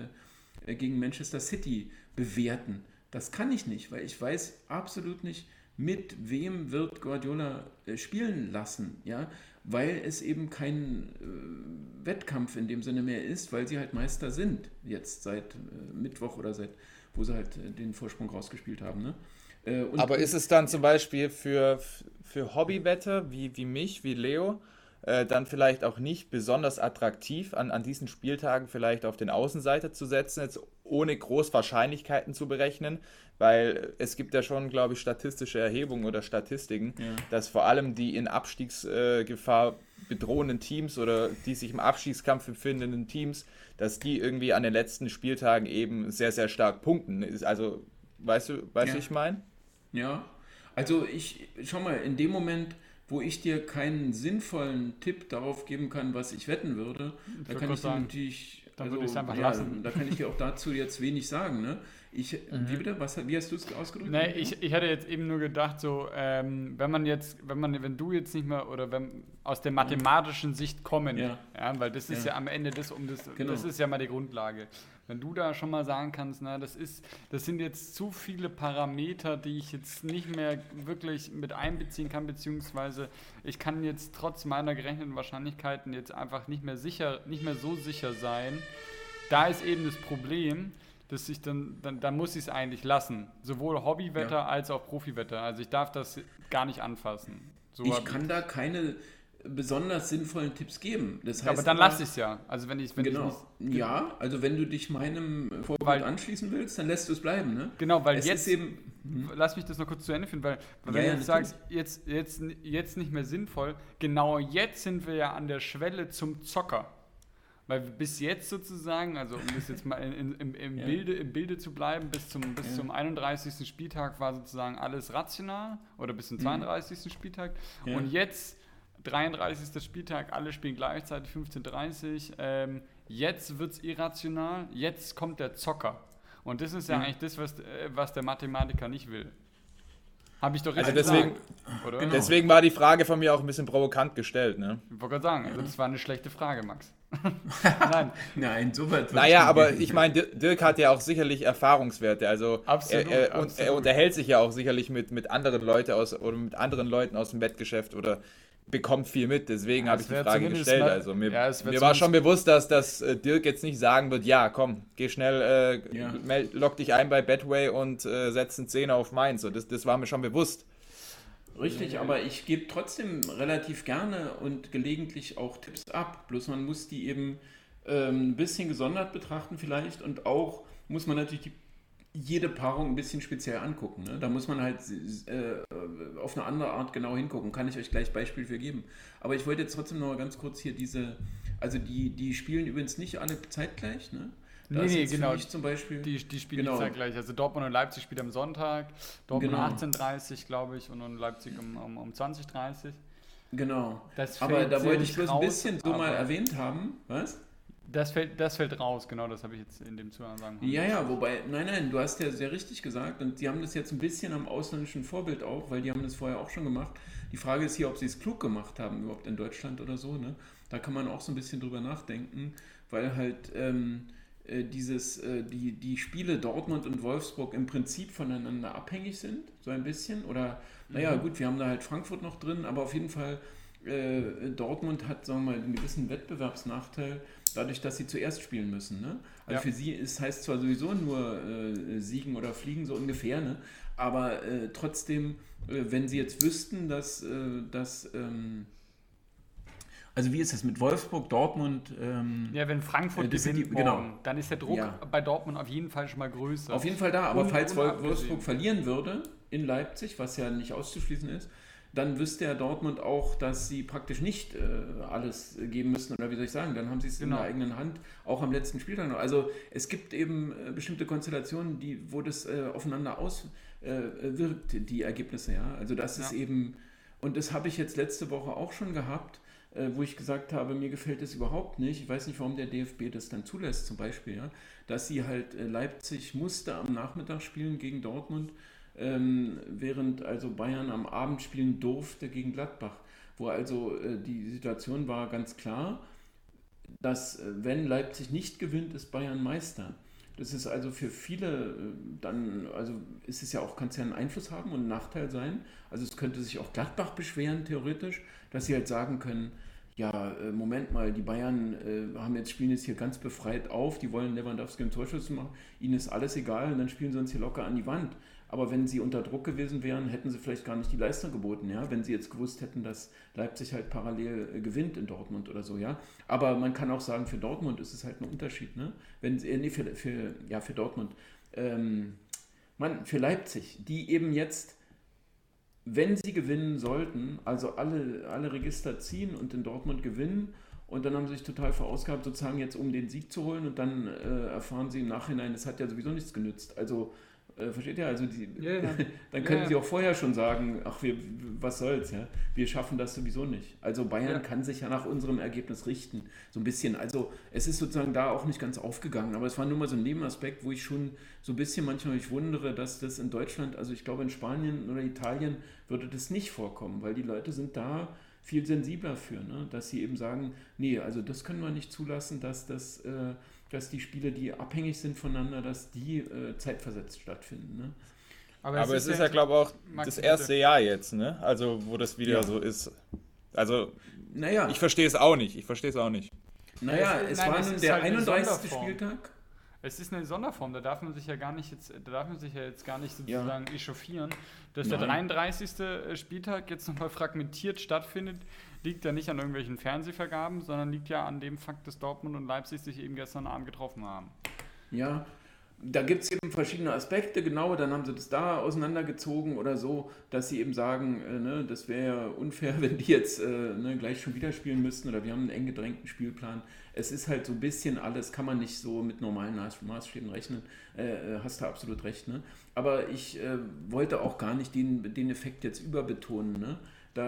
gegen Manchester City bewerten. Das kann ich nicht, weil ich weiß absolut nicht, mit wem wird Guardiola spielen lassen. Ja? Weil es eben kein Wettkampf in dem Sinne mehr ist, weil sie halt Meister sind, jetzt seit Mittwoch oder wo sie halt den Vorsprung rausgespielt haben. Ne? Aber ist es dann zum Beispiel für Hobbywetter wie mich, wie Leo, dann vielleicht auch nicht besonders attraktiv, an diesen Spieltagen vielleicht auf den Außenseiter zu setzen, jetzt ohne groß Wahrscheinlichkeiten zu berechnen, weil es gibt ja schon, glaube ich, statistische Erhebungen oder Statistiken, dass vor allem die in Abstiegsgefahr bedrohenden Teams oder die sich im Abstiegskampf befindenden Teams, dass die irgendwie an den letzten Spieltagen eben sehr, sehr stark punkten. Also, weißt du, ich meine? Ja, also schau mal, in dem Moment, wo ich dir keinen sinnvollen Tipp darauf geben kann, was ich wetten würde, da kann ich dir natürlich, würde ich es einfach lassen. Da kann ich dir auch dazu jetzt wenig sagen. Ne? Wie bitte? Wie hast du es ausgedrückt? Nee, ich hatte jetzt eben nur gedacht, so, wenn du jetzt nicht mehr oder wenn aus der mathematischen Sicht kommen, weil das ist ja am Ende das ist ja mal die Grundlage. Wenn du da schon mal sagen kannst, na, das sind jetzt zu viele Parameter, die ich jetzt nicht mehr wirklich mit einbeziehen kann, beziehungsweise ich kann jetzt trotz meiner gerechneten Wahrscheinlichkeiten jetzt einfach nicht mehr so sicher sein. Da ist eben das Problem, dass ich dann muss ich es eigentlich lassen. Sowohl Hobbywetter als auch Profiwetter. Also ich darf das gar nicht anfassen. So ich kann da keine besonders sinnvollen Tipps geben. Das heißt aber dann lasse ich es ja. Also wenn also wenn du dich meinem Vorbild anschließen willst, dann lässt du es bleiben. Ne? Genau, weil lass mich das noch kurz zu Ende führen, weil wenn du jetzt sagst, jetzt nicht mehr sinnvoll, genau jetzt sind wir ja an der Schwelle zum Zocker. Weil bis jetzt sozusagen, also um das jetzt mal im Bilde zu bleiben, bis zum 31. Spieltag war sozusagen alles rational oder bis zum 32. Spieltag. Ja. Und jetzt, 33. Spieltag, alle spielen gleichzeitig 15:30. Jetzt wird es irrational, jetzt kommt der Zocker. Und das ist ja eigentlich das, was der Mathematiker nicht will. Habe ich doch richtig gesagt. Oder? Genau. Deswegen war die Frage von mir auch ein bisschen provokant gestellt. Ne? Ich wollte gerade sagen, also das war eine schlechte Frage, Max. Nein, so weit. Naja, aber ich meine, Dirk hat ja auch sicherlich Erfahrungswerte. Also absolut. Er unterhält sich ja auch sicherlich mit anderen Leuten aus dem Wettgeschäft oder bekommt viel mit. Deswegen habe ich die Frage gestellt. Also mir war schon bewusst, dass Dirk jetzt nicht sagen wird, ja, komm, geh schnell, log dich ein bei Betway und setz einen Zehner auf Mainz. So, das war mir schon bewusst. Richtig, aber ich gebe trotzdem relativ gerne und gelegentlich auch Tipps ab. Bloß man muss die eben ein bisschen gesondert betrachten vielleicht und auch muss man natürlich jede Paarung ein bisschen speziell angucken. Ne? Da muss man halt auf eine andere Art genau hingucken. Kann ich euch gleich Beispiel für geben. Aber ich wollte jetzt trotzdem noch mal ganz kurz hier die spielen übrigens nicht alle zeitgleich, ne? Nee, genau. Zum Beispiel, die spielen nicht zeitgleich. Also Dortmund und Leipzig spielen am Sonntag, Dortmund um 18:30, glaube ich, und Leipzig um 20:30. Genau. Aber da wollte ich bloß ein bisschen so mal erwähnt haben. Was? Das fällt raus, genau, das habe ich jetzt in dem Zusammenhang. Ja, wobei, nein, du hast ja sehr richtig gesagt und die haben das jetzt ein bisschen am ausländischen Vorbild auch, weil die haben das vorher auch schon gemacht. Die Frage ist hier, ob sie es klug gemacht haben, überhaupt in Deutschland oder so, ne? Da kann man auch so ein bisschen drüber nachdenken, weil halt die Spiele Dortmund und Wolfsburg im Prinzip voneinander abhängig sind, so ein bisschen. Oder, gut, wir haben da halt Frankfurt noch drin, aber auf jeden Fall Dortmund hat, sagen wir mal, einen gewissen Wettbewerbsnachteil, dadurch, dass sie zuerst spielen müssen. Ne? Also für sie heißt zwar sowieso nur siegen oder fliegen, so ungefähr, ne? Aber trotzdem, wenn sie jetzt wüssten, dass also wie ist es mit Wolfsburg, Dortmund? Wenn Frankfurt gewinnt morgen, dann ist der Druck bei Dortmund auf jeden Fall schon mal größer. Auf jeden Fall da, aber falls Wolfsburg verlieren würde in Leipzig, was ja nicht auszuschließen ist, dann wüsste ja Dortmund auch, dass sie praktisch nicht alles geben müssen, oder wie soll ich sagen, dann haben sie es in der eigenen Hand, auch am letzten Spieltag noch. Also es gibt eben bestimmte Konstellationen, wo das aufeinander auswirkt, die Ergebnisse, ja. Also das ist eben, und das habe ich jetzt letzte Woche auch schon gehabt, wo ich gesagt habe, mir gefällt das überhaupt nicht. Ich weiß nicht, warum der DFB das dann zulässt, zum Beispiel, ja, dass sie halt Leipzig musste am Nachmittag spielen gegen Dortmund, während also Bayern am Abend spielen durfte gegen Gladbach, wo also die Situation war ganz klar, dass wenn Leipzig nicht gewinnt, ist Bayern Meister. Das ist also für viele dann, also ist es ja auch, kann es ja einen Einfluss haben und ein Nachteil sein. Also es könnte sich auch Gladbach beschweren, theoretisch, dass sie halt sagen können, ja, Moment mal, die Bayern spielen jetzt hier ganz befreit auf, die wollen Lewandowski im Torschuss machen, ihnen ist alles egal und dann spielen sie uns hier locker an die Wand. Aber wenn sie unter Druck gewesen wären, hätten sie vielleicht gar nicht die Leistung geboten, ja, wenn sie jetzt gewusst hätten, dass Leipzig halt parallel gewinnt in Dortmund oder so, ja. Aber man kann auch sagen, für Dortmund ist es halt ein Unterschied, ne? Für Dortmund. Für Leipzig, die eben jetzt, wenn sie gewinnen sollten, also alle Register ziehen und in Dortmund gewinnen, und dann haben sie sich total verausgabt, sozusagen jetzt, um den Sieg zu holen, und dann erfahren sie im Nachhinein, es hat ja sowieso nichts genützt. Also versteht ihr? Also dann können sie auch vorher schon sagen, ach, was soll's, ja? Wir schaffen das sowieso nicht. Also Bayern kann sich ja nach unserem Ergebnis richten, so ein bisschen. Also es ist sozusagen da auch nicht ganz aufgegangen, aber es war nur mal so ein Nebenaspekt, wo ich schon so ein bisschen manchmal mich wundere, dass das in Deutschland, also ich glaube in Spanien oder Italien würde das nicht vorkommen, weil die Leute sind da viel sensibler für, ne? Dass sie eben sagen, nee, also das können wir nicht zulassen, dass die Spiele, die abhängig sind voneinander, dass die zeitversetzt stattfinden. Ne? Aber es ist ja, glaube ich, auch das erste Jahr jetzt, ne? Also, wo das wieder so ist. Also, ich verstehe es auch nicht. Naja, es war nun der 31. Spieltag. Es ist eine Sonderform, da darf man sich ja jetzt gar nicht sozusagen echauffieren. Dass der 33. Spieltag jetzt nochmal fragmentiert stattfindet, liegt ja nicht an irgendwelchen Fernsehvergaben, sondern liegt ja an dem Fakt, dass Dortmund und Leipzig sich eben gestern Abend getroffen haben. Ja, da gibt es eben verschiedene Aspekte, genau, dann haben sie das da auseinandergezogen oder so, dass sie eben sagen, das wäre ja unfair, wenn die jetzt gleich schon wieder spielen müssten, oder wir haben einen eng gedrängten Spielplan. Es ist halt so ein bisschen alles, kann man nicht so mit normalen Maßstäben rechnen, hast du absolut recht, ne? Aber ich wollte auch gar nicht den Effekt jetzt überbetonen, ne?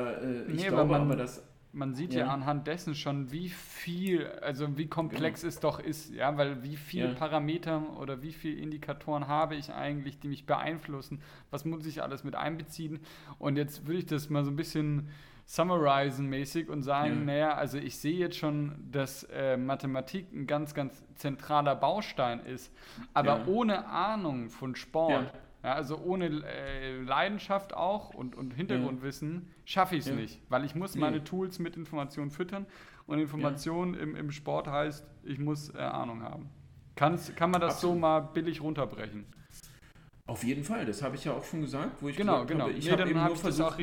Man sieht ja anhand dessen schon, wie komplex es doch ist, ja, weil wie viele Parameter oder wie viele Indikatoren habe ich eigentlich, die mich beeinflussen, was muss ich alles mit einbeziehen, und jetzt würde ich das mal so ein bisschen summarisen mäßig und sagen, also ich sehe jetzt schon, dass Mathematik ein ganz, ganz zentraler Baustein ist, aber ohne Ahnung von Sport, also ohne Leidenschaft auch und Hintergrundwissen schaffe ich es nicht, weil ich muss meine Tools mit Informationen füttern, und Information im Sport heißt, ich muss Ahnung haben. Kann man das so mal billig runterbrechen? Auf jeden Fall, das habe ich ja auch schon gesagt, wo ich genau. habe. Ich habe eben nur versucht,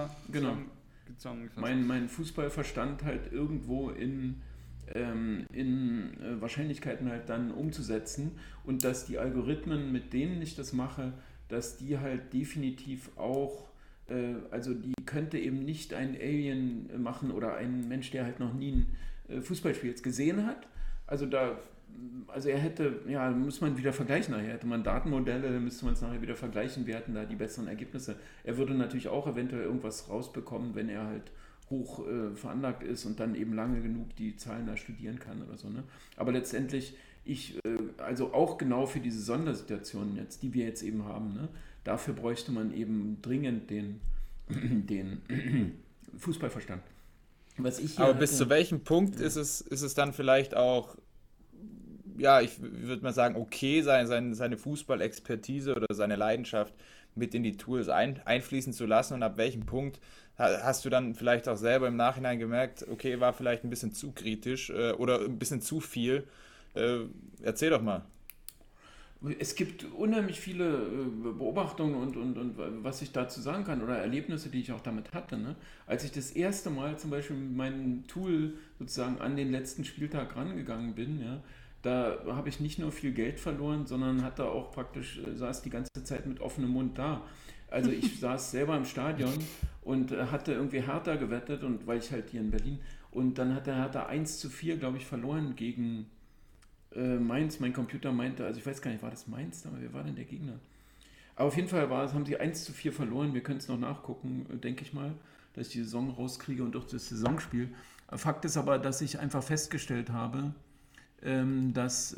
meinen Fußballverstand halt irgendwo in Wahrscheinlichkeiten halt dann umzusetzen, und dass die Algorithmen, mit denen ich das mache, dass die halt definitiv auch, also die könnte eben nicht ein Alien machen oder ein Mensch, der halt noch nie ein Fußballspiel jetzt gesehen hat. Also er hätte, muss man wieder vergleichen nachher, hätte man Datenmodelle, müsste man es nachher wieder vergleichen, wir hatten da die besseren Ergebnisse. Er würde natürlich auch eventuell irgendwas rausbekommen, wenn er halt hoch veranlagt ist und dann eben lange genug die Zahlen da studieren kann oder so, ne? Aber letztendlich, also auch genau für diese Sondersituationen jetzt, die wir jetzt eben haben, ne? Dafür bräuchte man eben dringend den Fußballverstand. Aber bis zu welchem Punkt ist es dann vielleicht auch, ich würde mal sagen, okay, seine Fußballexpertise oder seine Leidenschaft mit in die Tools einfließen zu lassen, und ab welchem Punkt hast du dann vielleicht auch selber im Nachhinein gemerkt, okay, war vielleicht ein bisschen zu kritisch oder ein bisschen zu viel. Erzähl doch mal. Es gibt unheimlich viele Beobachtungen und was ich dazu sagen kann, oder Erlebnisse, die ich auch damit hatte, ne? Als ich das erste Mal zum Beispiel mit meinem Tool sozusagen an den letzten Spieltag rangegangen bin, da habe ich nicht nur viel Geld verloren, sondern hatte auch praktisch, saß die ganze Zeit mit offenem Mund da. Also ich saß selber im Stadion und hatte irgendwie Hertha gewettet, und weil ich halt hier in Berlin, und dann hat der Hertha 1:4, glaube ich, verloren gegen Mainz. Mein Computer meinte, also ich weiß gar nicht, war das Mainz? Aber wer war denn der Gegner? Aber auf jeden Fall haben sie 1:4 verloren. Wir können es noch nachgucken, denke ich mal, dass ich die Saison rauskriege und auch das Saisonspiel. Fakt ist aber, dass ich einfach festgestellt habe, dass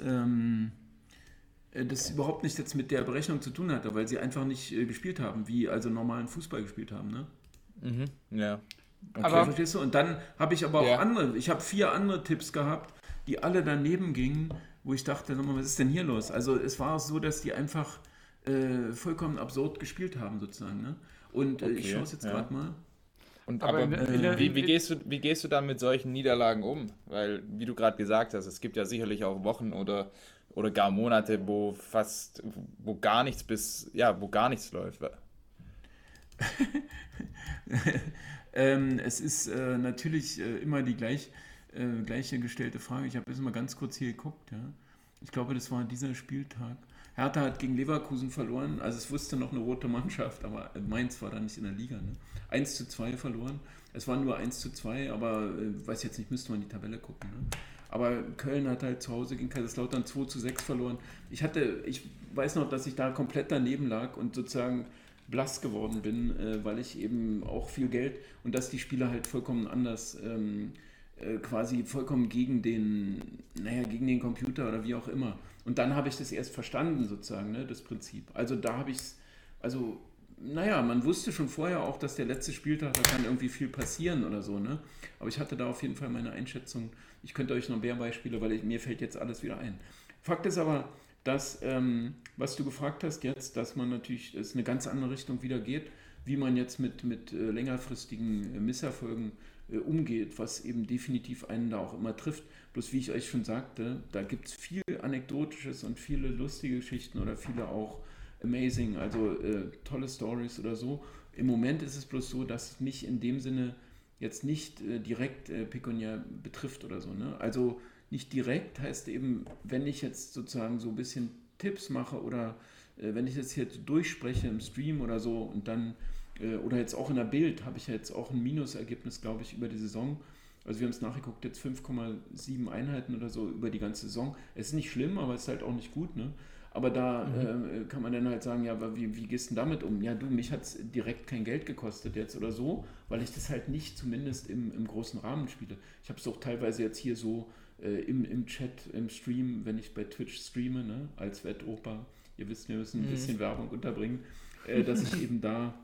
das überhaupt nichts jetzt mit der Berechnung zu tun hatte, weil sie einfach nicht gespielt haben, wie also normalen Fußball gespielt haben. Ne? Ja. Okay. Aber Verstehst du? Und dann habe ich aber auch Ja. ich habe 4 andere Tipps gehabt, die alle daneben gingen, wo ich dachte, sag mal, was ist denn hier los? Also es war so, dass die einfach vollkommen absurd gespielt haben sozusagen. Ne? Und ich schaue es jetzt gerade mal. Und Aber aber wie gehst du dann mit solchen Niederlagen um? Weil, wie du gerade gesagt hast, es gibt ja sicherlich auch Wochen oder gar Monate, wo gar nichts läuft. Es ist natürlich immer die gleiche gestellte Frage. Ich habe jetzt mal ganz kurz hier geguckt. Ja. Ich glaube, das war dieser Spieltag. Hertha hat gegen Leverkusen verloren. Also es wusste noch eine rote Mannschaft, aber Mainz war da nicht in der Liga. Ne? 1:2 verloren. Es war nur 1:2, aber weiß jetzt nicht, müsste man die Tabelle gucken. Ne? Aber Köln hat halt zu Hause gegen Kaiserslautern 2:6 verloren. Ich weiß noch, dass ich da komplett daneben lag und sozusagen blass geworden bin, weil ich eben auch viel Geld, und dass die Spieler halt vollkommen anders, quasi vollkommen gegen den Computer oder wie auch immer. Und dann habe ich das erst verstanden sozusagen, ne, das Prinzip. Also da habe ich es, man wusste schon vorher auch, dass der letzte Spieltag, da kann irgendwie viel passieren oder so, ne? Aber ich hatte da auf jeden Fall meine Einschätzung. Ich könnte euch noch mehr Beispiele, weil mir fällt jetzt alles wieder ein. Fakt ist aber, dass, was du gefragt hast jetzt, dass man natürlich, es eine ganz andere Richtung wieder geht, wie man jetzt mit längerfristigen Misserfolgen umgeht, was eben definitiv einen da auch immer trifft. Bloß wie ich euch schon sagte, da gibt es viel Anekdotisches und viele lustige Geschichten oder viele auch amazing, also tolle Stories oder so. Im Moment ist es bloß so, dass mich in dem Sinne jetzt nicht direkt pekuniär betrifft oder so. Ne? Also nicht direkt heißt eben, wenn ich jetzt sozusagen so ein bisschen Tipps mache oder wenn ich das jetzt durchspreche im Stream oder so und dann, oder jetzt auch in der Bild, habe ich ja jetzt auch ein Minusergebnis, glaube ich, über die Saison. Also wir haben es nachgeguckt, jetzt 5,7 Einheiten oder so über die ganze Saison. Es ist nicht schlimm, aber es ist halt auch nicht gut, ne? Aber da kann man dann halt sagen, ja, aber wie gehst du denn damit um? Ja, mich hat es direkt kein Geld gekostet jetzt oder so, weil ich das halt nicht zumindest im großen Rahmen spiele. Ich habe es auch teilweise jetzt hier so im Chat, im Stream, wenn ich bei Twitch streame, ne, als Wettoper, ihr wisst, wir müssen ein bisschen Werbung unterbringen, dass ich eben da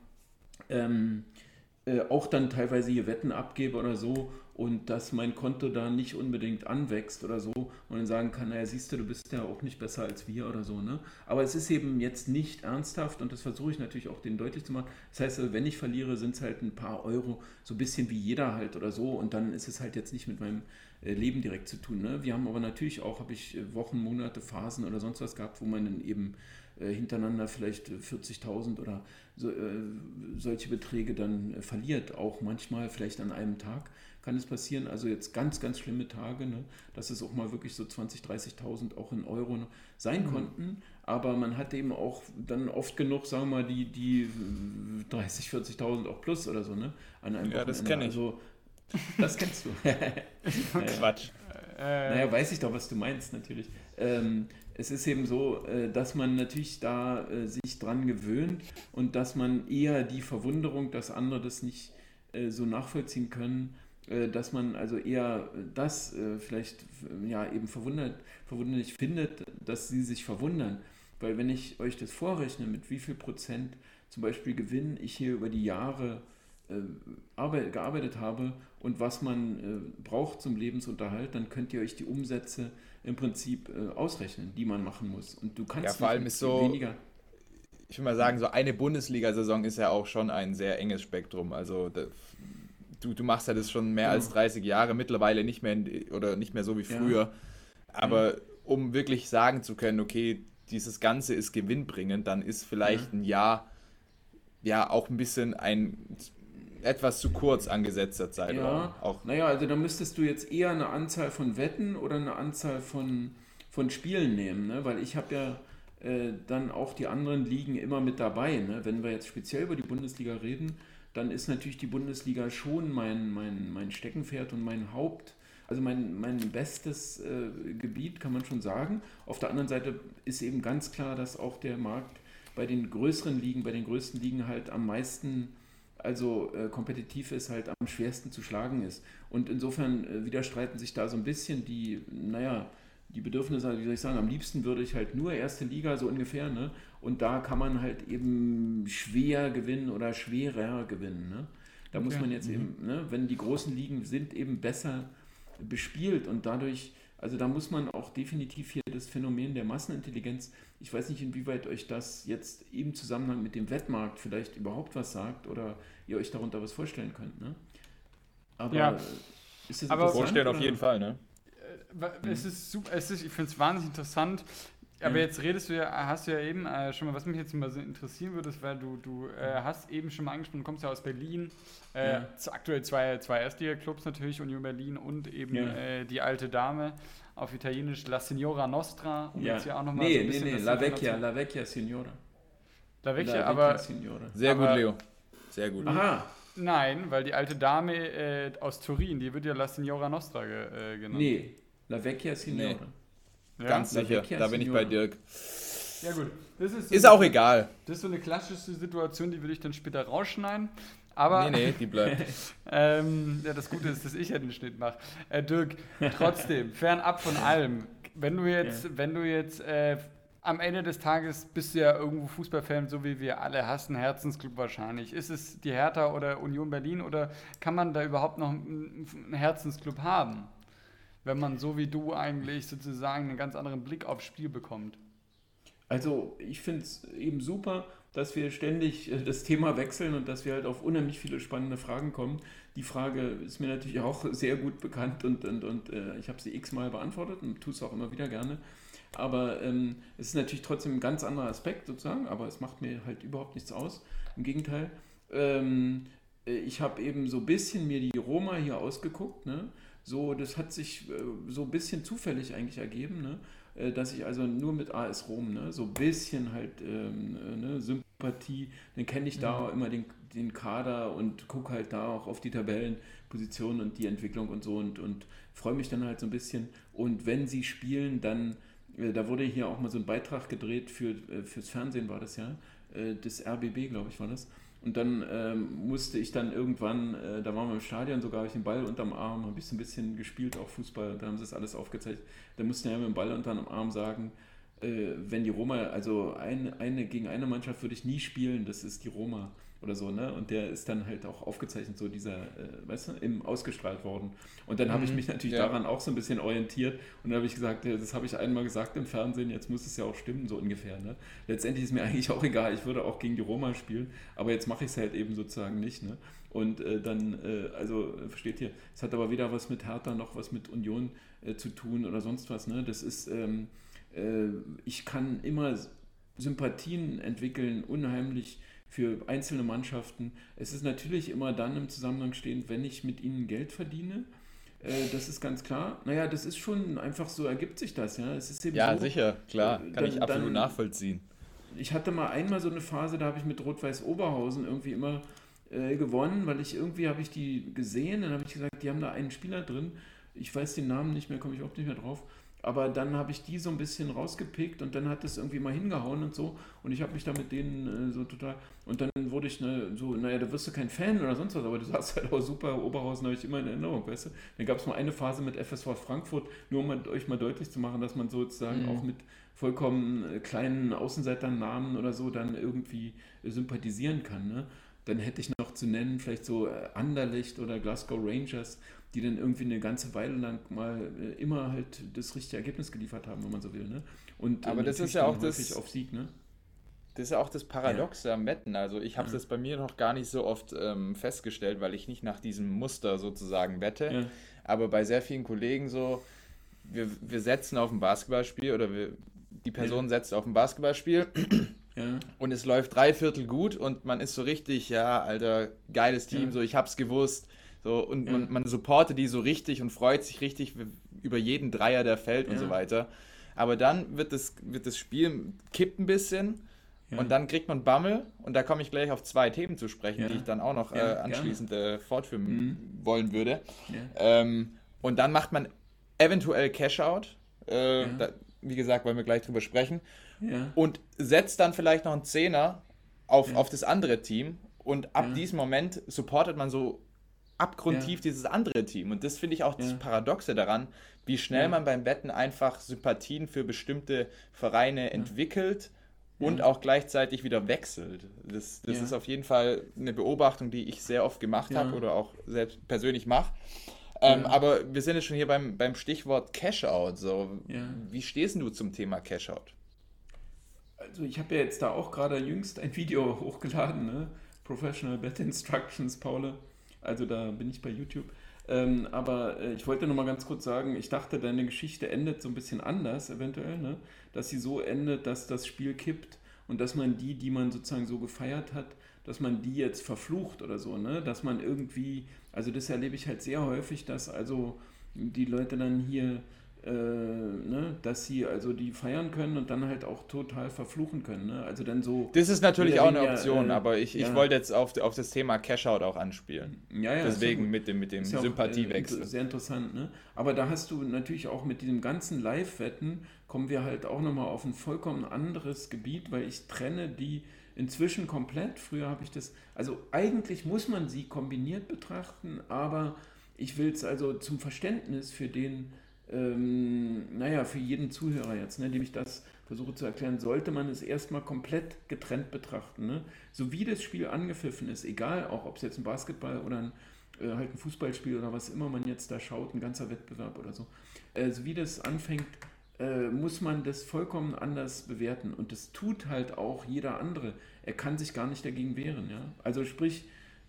auch dann teilweise hier Wetten abgebe oder so und dass mein Konto da nicht unbedingt anwächst oder so und dann sagen kann, naja, siehst du bist ja auch nicht besser als wir oder so, ne? Aber es ist eben jetzt nicht ernsthaft und das versuche ich natürlich auch denen deutlich zu machen. Das heißt, also, wenn ich verliere, sind es halt ein paar Euro, so ein bisschen wie jeder halt oder so und dann ist es halt jetzt nicht mit meinem Leben direkt zu tun, ne? Wir haben aber natürlich auch, habe ich Wochen, Monate, Phasen oder sonst was gehabt, wo man dann eben hintereinander vielleicht 40.000 oder so, solche Beträge dann verliert. Auch manchmal vielleicht an einem Tag kann es passieren. Also jetzt ganz, ganz schlimme Tage, ne, dass es auch mal wirklich so 20.000, 30.000 auch in Euro sein konnten. Aber man hat eben auch dann oft genug, sagen wir mal, die 30.000, 40.000 auch plus oder so, ne, an einem Wochenende. Ja, das kenne ich. Also, das kennst du. Quatsch. Naja, weiß ich doch, was du meinst, natürlich. Es ist eben so, dass man natürlich da sich dran gewöhnt und dass man eher die Verwunderung, dass andere das nicht so nachvollziehen können, dass man also eher das vielleicht ja eben verwunderlich findet, dass sie sich verwundern. Weil wenn ich euch das vorrechne, mit wie viel Prozent zum Beispiel Gewinn ich hier über die Jahre gearbeitet habe und was man braucht zum Lebensunterhalt, dann könnt ihr euch die Umsätze im Prinzip ausrechnen, die man machen muss. Und du kannst ja, vor allem ist so weniger. Ich würde mal sagen, so eine Bundesliga-Saison ist ja auch schon ein sehr enges Spektrum. Also du machst ja das schon mehr als 30 Jahre, mittlerweile nicht mehr oder nicht mehr so wie früher. Aber um wirklich sagen zu können, okay, dieses Ganze ist gewinnbringend, dann ist vielleicht ein Jahr ja auch ein bisschen ein etwas zu kurz angesetzter Zeit. Ja, auch. Naja, also da müsstest du jetzt eher eine Anzahl von Wetten oder eine Anzahl von Spielen nehmen, ne? Weil ich habe ja dann auch die anderen Ligen immer mit dabei. Ne? Wenn wir jetzt speziell über die Bundesliga reden, dann ist natürlich die Bundesliga schon mein Steckenpferd und also mein bestes Gebiet, kann man schon sagen. Auf der anderen Seite ist eben ganz klar, dass auch der Markt bei den größeren Ligen, bei den größten Ligen halt am meisten, also kompetitiv ist, halt am schwersten zu schlagen ist. Und insofern widerstreiten sich da so ein bisschen die Bedürfnisse, also wie soll ich sagen, am liebsten würde ich halt nur erste Liga, so ungefähr, ne? Und da kann man halt eben schwer gewinnen oder schwerer gewinnen, ne? Da muss man jetzt eben, ne, wenn die großen Ligen sind eben besser bespielt und dadurch, also da muss man auch definitiv hier das Phänomen der Massenintelligenz, ich weiß nicht, inwieweit euch das jetzt im Zusammenhang mit dem Wettmarkt vielleicht überhaupt was sagt oder ihr euch darunter was vorstellen könnt, ne? Aber ist das aber vorstellen auf jeden Fall, ne? Es ist super, ich finde es wahnsinnig interessant. Aber jetzt hast du ja eben schon mal, was mich jetzt mal so interessieren würde, ist, weil du hast eben schon mal angesprochen, du kommst ja aus Berlin, aktuell zwei Erstliga-Clubs natürlich, Union Berlin und eben die alte Dame, auf Italienisch La Signora Nostra. Um jetzt hier auch noch mal so ein bisschen La Vecchia Signora. La Vecchia, aber... Signora. Sehr gut, Leo. Sehr gut. Aha. Nein, weil die alte Dame aus Turin, die wird ja La Signora Nostra genannt. Nee, La Vecchia Signora. Nee. Ganz sicher, da bin ich bei Dirk. Ja gut, das ist auch egal. Das ist so eine klassische Situation, die würde ich dann später rausschneiden. Aber nee, die bleibt. Das Gute ist, dass ich ja den Schnitt mache. Dirk, trotzdem, fernab von allem, wenn du jetzt am Ende des Tages bist du ja irgendwo Fußballfan, so wie wir alle, hast einen Herzensclub wahrscheinlich. Ist es die Hertha oder Union Berlin oder kann man da überhaupt noch einen Herzensclub haben? Wenn man so wie du eigentlich sozusagen einen ganz anderen Blick aufs Spiel bekommt. Also ich finde es eben super, dass wir ständig das Thema wechseln und dass wir halt auf unheimlich viele spannende Fragen kommen. Die Frage ist mir natürlich auch sehr gut bekannt und ich habe sie x-mal beantwortet und tue es auch immer wieder gerne. Aber es ist natürlich trotzdem ein ganz anderer Aspekt sozusagen, aber es macht mir halt überhaupt nichts aus. Im Gegenteil, ich habe eben so ein bisschen mir die Roma hier ausgeguckt, ne? So, das hat sich so ein bisschen zufällig eigentlich ergeben, ne? Dass ich also nur mit AS Rom, ne? So ein bisschen halt ne? Sympathie, dann kenne ich da auch immer den Kader und gucke halt da auch auf die Tabellenposition und die Entwicklung und so und freue mich dann halt so ein bisschen. Und wenn sie spielen, dann, da wurde hier auch mal so ein Beitrag gedreht fürs Fernsehen war das ja, das RBB, glaube ich, war das. Und dann musste ich dann irgendwann, da waren wir im Stadion, sogar habe ich den Ball unterm Arm, habe ich so ein bisschen gespielt, auch Fußball, da haben sie das alles aufgezeigt. Da mussten wir mit dem Ball unterm Arm sagen, wenn die Roma, also eine gegen eine Mannschaft würde ich nie spielen, das ist die Roma oder so, ne? Und der ist dann halt auch aufgezeichnet, so dieser, weißt du, ausgestrahlt worden. Und dann habe ich mich natürlich daran auch so ein bisschen orientiert und dann habe ich gesagt, das habe ich einmal gesagt im Fernsehen, jetzt muss es ja auch stimmen, so ungefähr, ne? Letztendlich ist mir eigentlich auch egal, ich würde auch gegen die Roma spielen, aber jetzt mache ich es halt eben sozusagen nicht, ne? Und also versteht ihr, es hat aber weder was mit Hertha noch was mit Union zu tun oder sonst was, ne? Das ist, ich kann immer Sympathien entwickeln, unheimlich für einzelne Mannschaften. Es ist natürlich immer dann im Zusammenhang stehend, wenn ich mit ihnen Geld verdiene. Das ist ganz klar. Naja, das ist schon einfach so, ergibt sich das. Ja, es ist eben ja so, sicher, klar. Kann ich absolut nachvollziehen. Ich hatte mal einmal so eine Phase, da habe ich mit Rot-Weiß Oberhausen irgendwie immer gewonnen, weil habe ich die gesehen, dann habe ich gesagt, die haben da einen Spieler drin. Ich weiß den Namen nicht mehr, komme ich überhaupt nicht mehr drauf. Aber dann habe ich die so ein bisschen rausgepickt und dann hat das irgendwie mal hingehauen und so. Und ich habe mich da mit denen so total... Und dann wurde ich so, naja, da wirst du kein Fan oder sonst was, aber du sagst halt auch super, Oberhausen habe ich immer in Erinnerung, weißt du. Dann gab es mal eine Phase mit FSV Frankfurt, nur um euch mal deutlich zu machen, dass man sozusagen auch mit vollkommen kleinen Außenseiternamen oder so dann irgendwie sympathisieren kann, ne? Dann hätte ich noch zu nennen, vielleicht so Anderlecht oder Glasgow Rangers, die dann irgendwie eine ganze Weile lang mal immer halt das richtige Ergebnis geliefert haben, wenn man so will. Ne? Und aber das ist ja auch das auf Sieg, ne? Das ist ja auch das Paradoxe am Wetten. Also ich habe das bei mir noch gar nicht so oft festgestellt, weil ich nicht nach diesem Muster sozusagen wette. Ja. Aber bei sehr vielen Kollegen so, wir setzen auf ein Basketballspiel oder die Person setzt auf ein Basketballspiel. Ja. Und es läuft 3/4 gut und man ist so richtig, ja, Alter, geiles Team, so ich hab's gewusst. So, und man supportet die so richtig und freut sich richtig über jeden Dreier, der fällt und so weiter. aber dann wird das Spiel kippt ein bisschen und dann kriegt man Bammel und da komme ich gleich auf 2 Themen zu sprechen, die ich dann auch noch anschließend fortführen wollen würde. Und dann macht man eventuell Cash-Out, wie gesagt, wollen wir gleich drüber sprechen, und setzt dann vielleicht noch einen Zehner auf das andere Team und ab diesem Moment supportet man so abgrundtief dieses andere Team. Und das finde ich auch das Paradoxe daran, wie schnell man beim Wetten einfach Sympathien für bestimmte Vereine entwickelt und auch gleichzeitig wieder wechselt. Das ist auf jeden Fall eine Beobachtung, die ich sehr oft gemacht habe oder auch selbst persönlich mache. Aber wir sind jetzt schon hier beim Stichwort Cash-Out. So. Wie stehst du zum Thema Cash-Out? Also ich habe ja jetzt da auch gerade jüngst ein Video hochgeladen, ne? Professional Bet Instructions, Paul. Also da bin ich bei YouTube. Aber ich wollte noch mal ganz kurz sagen, ich dachte, deine Geschichte endet so ein bisschen anders eventuell, ne? Dass sie so endet, dass das Spiel kippt und dass man die man sozusagen so gefeiert hat, dass man die jetzt verflucht oder so, ne? Dass man irgendwie, also das erlebe ich halt sehr häufig, dass also die Leute dann hier ne, dass sie also die feiern können und dann halt auch total verfluchen können. Ne? Also dann so. Das ist natürlich auch eine Option, aber ich wollte jetzt auf das Thema Cash-Out auch anspielen. Deswegen mit dem Sympathiewechsel. Sehr interessant, ne? Aber da hast du natürlich auch mit diesem ganzen Live-Wetten, kommen wir halt auch nochmal auf ein vollkommen anderes Gebiet, weil ich trenne die inzwischen komplett. Früher habe ich das, also eigentlich muss man sie kombiniert betrachten, aber ich will es also zum Verständnis für den für jeden Zuhörer jetzt, ne, dem ich das versuche zu erklären, sollte man es erstmal komplett getrennt betrachten. Ne? So wie das Spiel angepfiffen ist, egal auch, ob es jetzt ein Basketball oder halt ein Fußballspiel oder was immer man jetzt da schaut, ein ganzer Wettbewerb oder so, so wie das anfängt, muss man das vollkommen anders bewerten. Und das tut halt auch jeder andere. Er kann sich gar nicht dagegen wehren. Ja? Also sprich,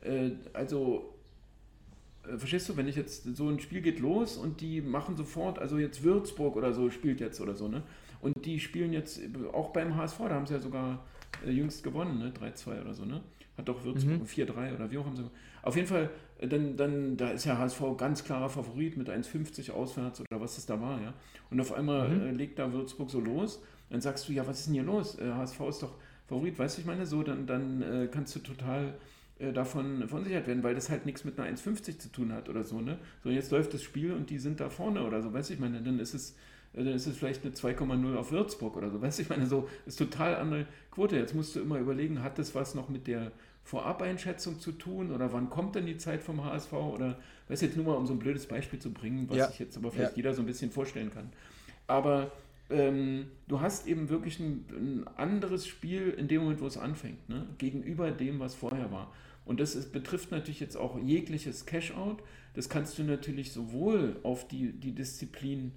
verstehst du, wenn ich jetzt so ein Spiel geht los und die machen sofort, also jetzt Würzburg oder so spielt jetzt oder so, ne? Und die spielen jetzt auch beim HSV, da haben sie ja sogar jüngst gewonnen, ne? 3-2 oder so, ne? Hat doch Würzburg 4-3 oder wie auch haben sie. Auf jeden Fall, dann da ist ja HSV ganz klarer Favorit mit 1,50 auswärts oder was es da war, ja. Und auf einmal legt da Würzburg so los, dann sagst du, ja, was ist denn hier los? HSV ist doch Favorit, weißt du, ich meine, so, dann kannst du total davon verunsichert werden, weil das halt nichts mit einer 1,50 zu tun hat oder so, ne? So, jetzt läuft das Spiel und die sind da vorne oder so, weißt du, ich meine, dann ist es vielleicht eine 2,0 auf Würzburg oder so, weißt du, ich meine, so ist total andere Quote. Jetzt musst du immer überlegen, hat das was noch mit der Vorabeinschätzung zu tun oder wann kommt denn die Zeit vom HSV oder, weißt du, jetzt nur mal, um so ein blödes Beispiel zu bringen, was sich jetzt aber vielleicht jeder so ein bisschen vorstellen kann. Aber du hast eben wirklich ein anderes Spiel in dem Moment, wo es anfängt, ne? Gegenüber dem, was vorher war. Und das betrifft natürlich jetzt auch jegliches Cash-Out. Das kannst du natürlich sowohl auf die Disziplin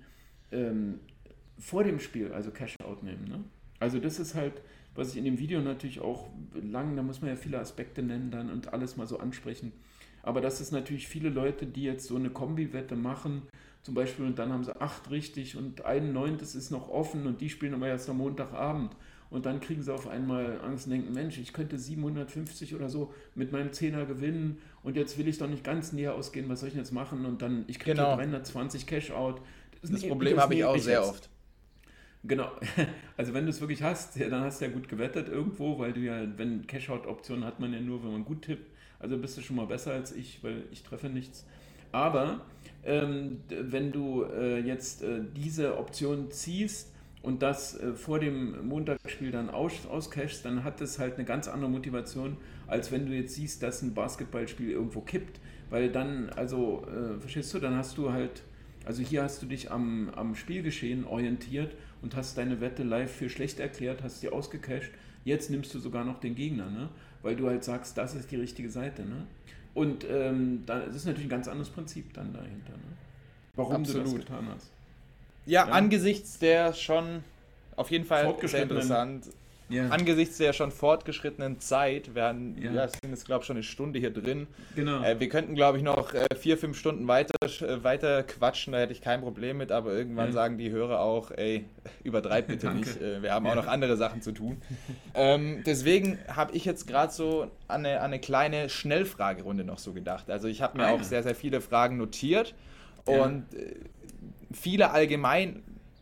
vor dem Spiel, also Cash-Out nehmen. Ne? Also das ist halt, was ich in dem Video natürlich auch da muss man ja viele Aspekte nennen dann und alles mal so ansprechen. Aber das ist natürlich viele Leute, die jetzt so eine Kombi-Wette machen, zum Beispiel, und dann haben sie 8 richtig und ein 9. ist noch offen und die spielen aber erst am Montagabend. Und dann kriegen sie auf einmal Angst und denken, Mensch, ich könnte 750 oder so mit meinem Zehner gewinnen und jetzt will ich doch nicht ganz näher ausgehen, was soll ich denn jetzt machen? Und dann, ich kriege 320 Cash-Out. Das Problem habe ich auch sehr oft. Genau, also wenn du es wirklich hast, dann hast du ja gut gewettet irgendwo, weil du ja, wenn Cash-Out-Optionen hat man ja nur, wenn man gut tippt, also bist du schon mal besser als ich, weil ich treffe nichts. Aber wenn du jetzt diese Option ziehst, und das vor dem Montagsspiel dann auscashst, dann hat das halt eine ganz andere Motivation, als wenn du jetzt siehst, dass ein Basketballspiel irgendwo kippt. Weil dann, also, verstehst du, dann hast du halt, also hier hast du dich am Spielgeschehen orientiert und hast deine Wette live für schlecht erklärt, hast sie ausgecasht. Jetzt nimmst du sogar noch den Gegner, ne? Weil du halt sagst, das ist die richtige Seite. Ne? Und das ist natürlich ein ganz anderes Prinzip dann dahinter. Ne? Warum du das getan hast. Ja, angesichts der schon, auf jeden Fall sehr interessant, angesichts der schon fortgeschrittenen Zeit, sind jetzt, glaube ich, schon eine Stunde hier drin. Genau. Wir könnten, glaube ich, noch 4-5 Stunden weiter quatschen, da hätte ich kein Problem mit, aber irgendwann sagen die Hörer auch, ey, übertreib bitte nicht, wir haben auch noch andere Sachen zu tun. Deswegen habe ich jetzt gerade so an eine kleine Schnellfragerunde noch so gedacht. Also ich habe mir auch sehr, sehr viele Fragen notiert und viele allgemein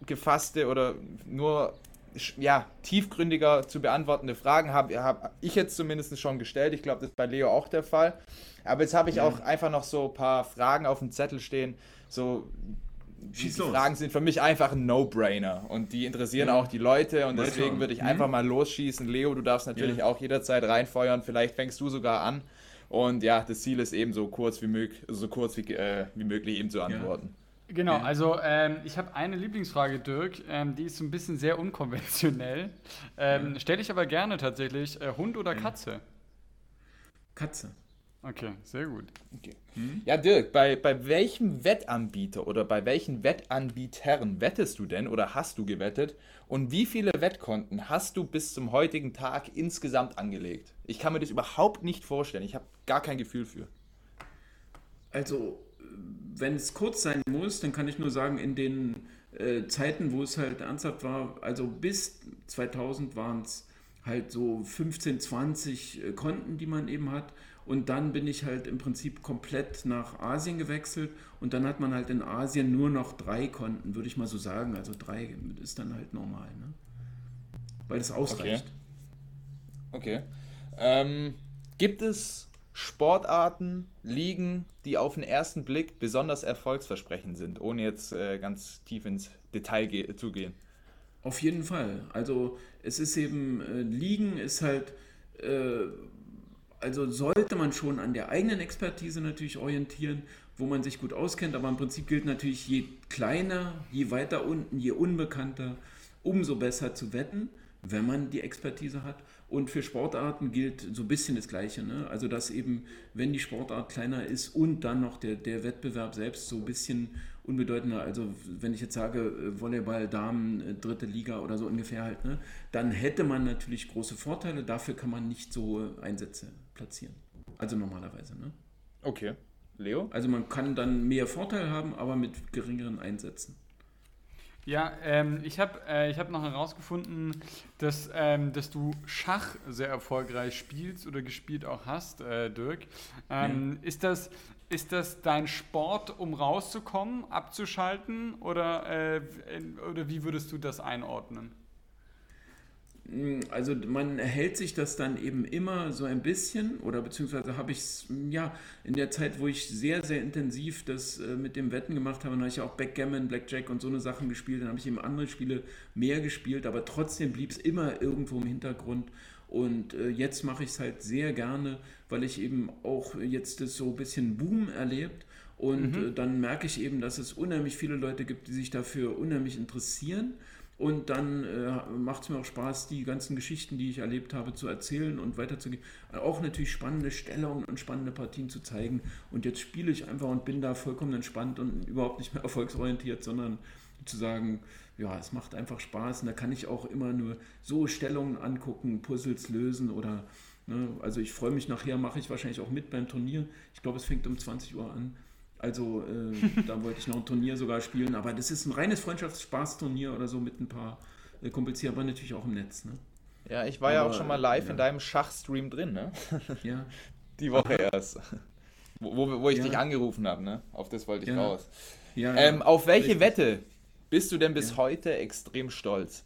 gefasste oder nur tiefgründiger zu beantwortende Fragen hab ich jetzt zumindest schon gestellt. Ich glaube, das ist bei Leo auch der Fall. Aber jetzt habe ich auch einfach noch so ein paar Fragen auf dem Zettel stehen. So, die Fragen sind für mich einfach ein No-Brainer und die interessieren auch die Leute und deswegen würde ich einfach mal losschießen. Leo, du darfst natürlich auch jederzeit reinfeuern. Vielleicht fängst du sogar an. Und ja, das Ziel ist eben so kurz wie möglich eben zu antworten. Genau, also ich habe eine Lieblingsfrage, Dirk, die ist so ein bisschen sehr unkonventionell. Stelle ich aber gerne tatsächlich. Hund oder Katze? Katze. Okay, sehr gut. Okay. Ja, Dirk, bei welchem Wettanbieter oder bei welchen Wettanbietern wettest du denn oder hast du gewettet? Und wie viele Wettkonten hast du bis zum heutigen Tag insgesamt angelegt? Ich kann mir das überhaupt nicht vorstellen. Ich habe gar kein Gefühl für. Also, wenn es kurz sein muss, dann kann ich nur sagen, in den Zeiten, wo es halt ernsthaft war, also bis 2000 waren es halt so 15, 20 Konten, die man eben hat. Und dann bin ich halt im Prinzip komplett nach Asien gewechselt und dann hat man halt in Asien nur noch 3 Konten, würde ich mal so sagen. Also 3 ist dann halt normal, ne? Weil das ausreicht. Okay. Gibt es Sportarten, Ligen, die auf den ersten Blick besonders erfolgsversprechend sind, ohne jetzt ganz tief ins Detail zu gehen? Auf jeden Fall. Also es ist eben, Ligen ist halt, also sollte man schon an der eigenen Expertise natürlich orientieren, wo man sich gut auskennt, aber im Prinzip gilt natürlich, je kleiner, je weiter unten, je unbekannter, umso besser zu wetten, wenn man die Expertise hat. Und für Sportarten gilt so ein bisschen das Gleiche. Ne? Also dass eben, wenn die Sportart kleiner ist und dann noch der Wettbewerb selbst so ein bisschen unbedeutender, also wenn ich jetzt sage Volleyball, Damen, dritte Liga oder so ungefähr halt, ne? Dann hätte man natürlich große Vorteile, dafür kann man nicht so hohe Einsätze platzieren. Also normalerweise. Ne? Okay. Leo? Also man kann dann mehr Vorteil haben, aber mit geringeren Einsätzen. Ja, ich hab noch herausgefunden, dass du Schach sehr erfolgreich spielst oder gespielt auch hast, Dirk. Ist das dein Sport, um rauszukommen, abzuschalten oder wie würdest du das einordnen? Also man erhält sich das dann eben immer so ein bisschen oder beziehungsweise habe ich es ja in der Zeit, wo ich sehr, sehr intensiv das mit dem Wetten gemacht habe, dann habe ich auch Backgammon, Blackjack und so eine Sachen gespielt, dann habe ich eben andere Spiele mehr gespielt, aber trotzdem blieb es immer irgendwo im Hintergrund und jetzt mache ich es halt sehr gerne, weil ich eben auch jetzt das so ein bisschen Boom erlebt und dann merke ich eben, dass es unheimlich viele Leute gibt, die sich dafür unheimlich interessieren. Und dann macht es mir auch Spaß, die ganzen Geschichten, die ich erlebt habe, zu erzählen und weiterzugeben. Auch natürlich spannende Stellungen und spannende Partien zu zeigen. Und jetzt spiele ich einfach und bin da vollkommen entspannt und überhaupt nicht mehr erfolgsorientiert, sondern zu sagen, ja, es macht einfach Spaß. Und da kann ich auch immer nur so Stellungen angucken, Puzzles lösen oder, ne, also ich freue mich nachher, mache ich wahrscheinlich auch mit beim Turnier. Ich glaube, es fängt um 20 Uhr an. Also da wollte ich noch ein Turnier sogar spielen, aber das ist ein reines Freundschaftsspaß-Turnier oder so mit ein paar Kumpels hier, aber natürlich auch im Netz. Ne? Ja, ich war ja auch schon mal live in deinem Schachstream drin, ne? Ja. Die Woche erst. Wo ich dich angerufen habe, ne? Auf das wollte ich raus. Ja, auf welche Wette bist du denn bis heute extrem stolz?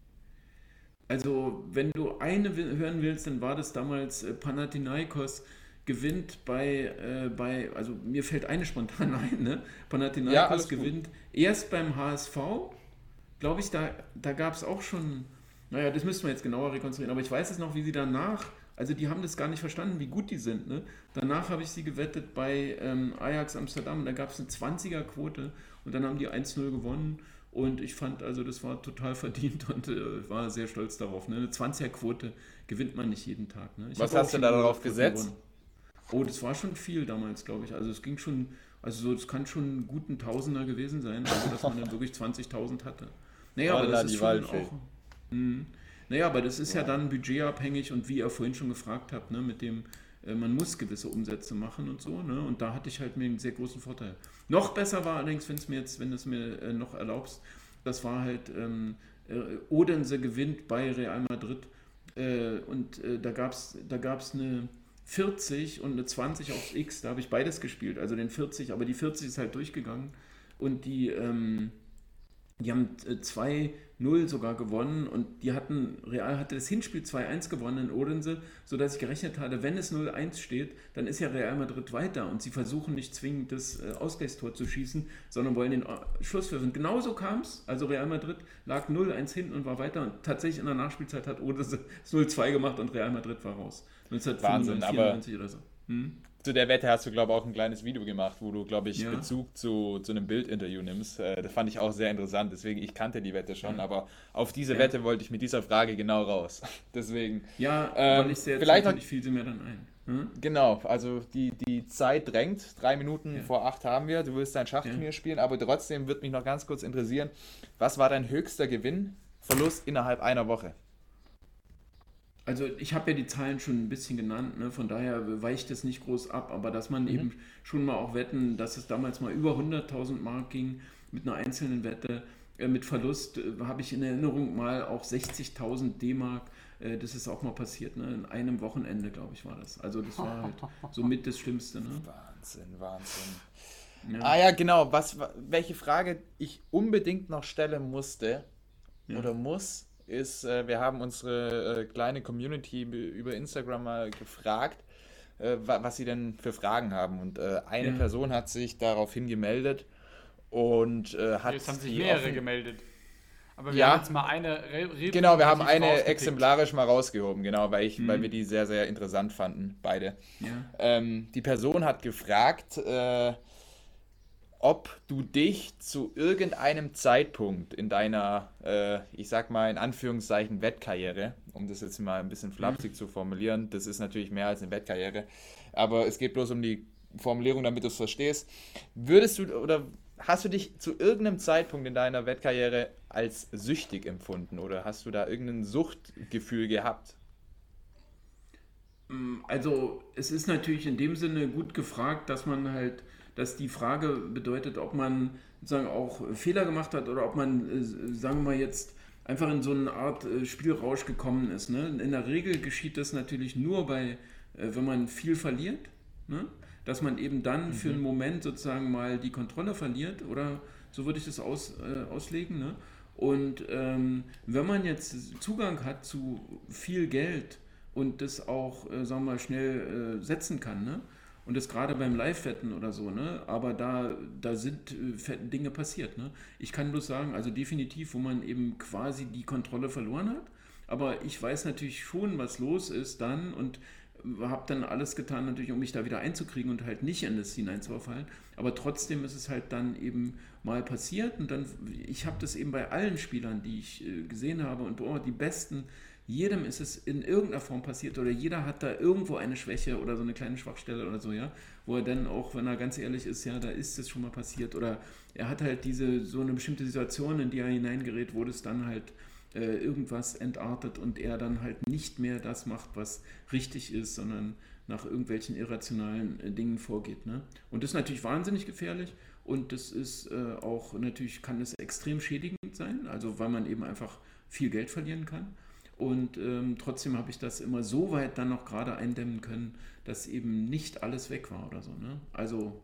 Also, wenn du eine hören willst, dann war das damals Panathinaikos gewinnt also mir fällt eine spontan ein, ne? Panathinaikos gewinnt erst beim HSV, glaube ich, da gab es auch schon, naja, das müssten wir jetzt genauer rekonstruieren, aber ich weiß es noch, wie sie danach, also die haben das gar nicht verstanden, wie gut die sind, ne? Danach habe ich sie gewettet bei Ajax Amsterdam und da gab es eine 20er-Quote und dann haben die 1-0 gewonnen und ich fand, also das war total verdient und war sehr stolz darauf, ne? Eine 20er-Quote gewinnt man nicht jeden Tag, ne? Was hast du da darauf gesetzt? Oh, das war schon viel damals, glaube ich. Also es ging schon, also so, das kann schon einen guten Tausender gewesen sein, also dass man dann wirklich 20.000 hatte. Naja, aber das ist schon auch. Naja, aber das ist ja dann budgetabhängig und wie ihr vorhin schon gefragt habt, ne, mit dem, man muss gewisse Umsätze machen und so, ne? Und da hatte ich halt mir einen sehr großen Vorteil. Noch besser war allerdings, wenn du es mir noch erlaubst, das war halt Odense gewinnt bei Real Madrid und da gab's eine 40 und eine 20 aufs X, da habe ich beides gespielt, also den 40, aber die 40 ist halt durchgegangen und die Die haben 2-0 sogar gewonnen und Real hatte das Hinspiel 2-1 gewonnen in Odense, sodass ich gerechnet hatte, wenn es 0-1 steht, dann ist ja Real Madrid weiter und sie versuchen nicht zwingend das Ausgleichstor zu schießen, sondern wollen den Schlusspfiff. Und genauso kam es, also Real Madrid lag 0-1 hinten und war weiter und tatsächlich in der Nachspielzeit hat Odense 0-2 gemacht und Real Madrid war raus. Wahnsinn, 1994 oder so. Zu der Wette hast du, glaube ich, auch ein kleines Video gemacht, wo du, glaube ich, Ja. Bezug zu einem Bildinterview nimmst. Das fand ich auch sehr interessant, deswegen, ich kannte die Wette schon, aber auf diese Ja. Wette wollte ich mit dieser Frage genau raus. Deswegen, Ja, weil ich sehr vielleicht noch, natürlich fiel sie mir dann ein. genau, also die Zeit drängt, 3 Minuten Ja. vor 8 haben wir, du willst dein Schachturnier spielen, aber trotzdem würde mich noch ganz kurz interessieren, was war dein höchster Gewinnverlust innerhalb einer Woche? Also ich habe ja die Zahlen schon ein bisschen genannt, ne? Von daher weicht es nicht groß ab, aber dass man eben schon mal auch wetten, dass es damals mal über 100.000 Mark ging mit einer einzelnen Wette, mit Verlust habe ich in Erinnerung mal auch 60.000 D-Mark, das ist auch mal passiert, ne? In einem Wochenende, glaube ich, war das. Also das war halt somit das Schlimmste. Ne? Wahnsinn. Ja. Ah ja, genau, welche Frage ich unbedingt noch stellen musste Ja. oder muss, ist, wir haben unsere kleine Community über Instagram mal gefragt, was sie denn für Fragen haben. Und eine Ja. Person hat sich daraufhin gemeldet und hat Jetzt haben sich die mehrere offen- gemeldet. Aber wir Ja. haben jetzt mal eine Genau, wir haben repräsentativ eine rausgepickt. exemplarisch mal rausgehoben, genau, weil wir die sehr, sehr interessant fanden, beide. Ja. Die Person hat gefragt, ob du dich zu irgendeinem Zeitpunkt in deiner, ich sag mal in Anführungszeichen, Wettkarriere, um das jetzt mal ein bisschen flapsig zu formulieren, das ist natürlich mehr als eine Wettkarriere, aber es geht bloß um die Formulierung, damit du es verstehst. Würdest du oder hast du dich zu irgendeinem Zeitpunkt in deiner Wettkarriere als süchtig empfunden oder hast du da irgendein Suchtgefühl gehabt? Also es ist natürlich in dem Sinne gut gefragt, dass die Frage bedeutet, ob man sozusagen auch Fehler gemacht hat oder ob man, sagen wir mal jetzt, einfach in so eine Art Spielrausch gekommen ist. Ne? In der Regel geschieht das natürlich nur wenn man viel verliert, ne? Dass man eben dann für einen Moment sozusagen mal die Kontrolle verliert oder so würde ich das auslegen. Ne? Und wenn man jetzt Zugang hat zu viel Geld und das auch, sagen wir mal, schnell setzen kann, ne? Und das gerade beim Live-Wetten oder so, ne? Aber da sind Dinge passiert, ne? Ich kann bloß sagen, also definitiv, wo man eben quasi die Kontrolle verloren hat. Aber ich weiß natürlich schon, was los ist dann und habe dann alles getan, natürlich, um mich da wieder einzukriegen und halt nicht in das hineinzuverfallen. Aber trotzdem ist es halt dann eben mal passiert und dann, ich habe das eben bei allen Spielern, die ich gesehen habe und die Besten, jedem ist es in irgendeiner Form passiert oder jeder hat da irgendwo eine Schwäche oder so eine kleine Schwachstelle oder so, ja, wo er dann auch, wenn er ganz ehrlich ist, ja, da ist es schon mal passiert oder er hat halt so eine bestimmte Situation, in die er hineingerät, wo das dann halt irgendwas entartet und er dann halt nicht mehr das macht, was richtig ist, sondern nach irgendwelchen irrationalen Dingen vorgeht. Ne? Und das ist natürlich wahnsinnig gefährlich und das ist auch natürlich, kann es extrem schädigend sein, also weil man eben einfach viel Geld verlieren kann. Und trotzdem habe ich das immer so weit dann noch gerade eindämmen können, dass eben nicht alles weg war oder so. Ne? Also,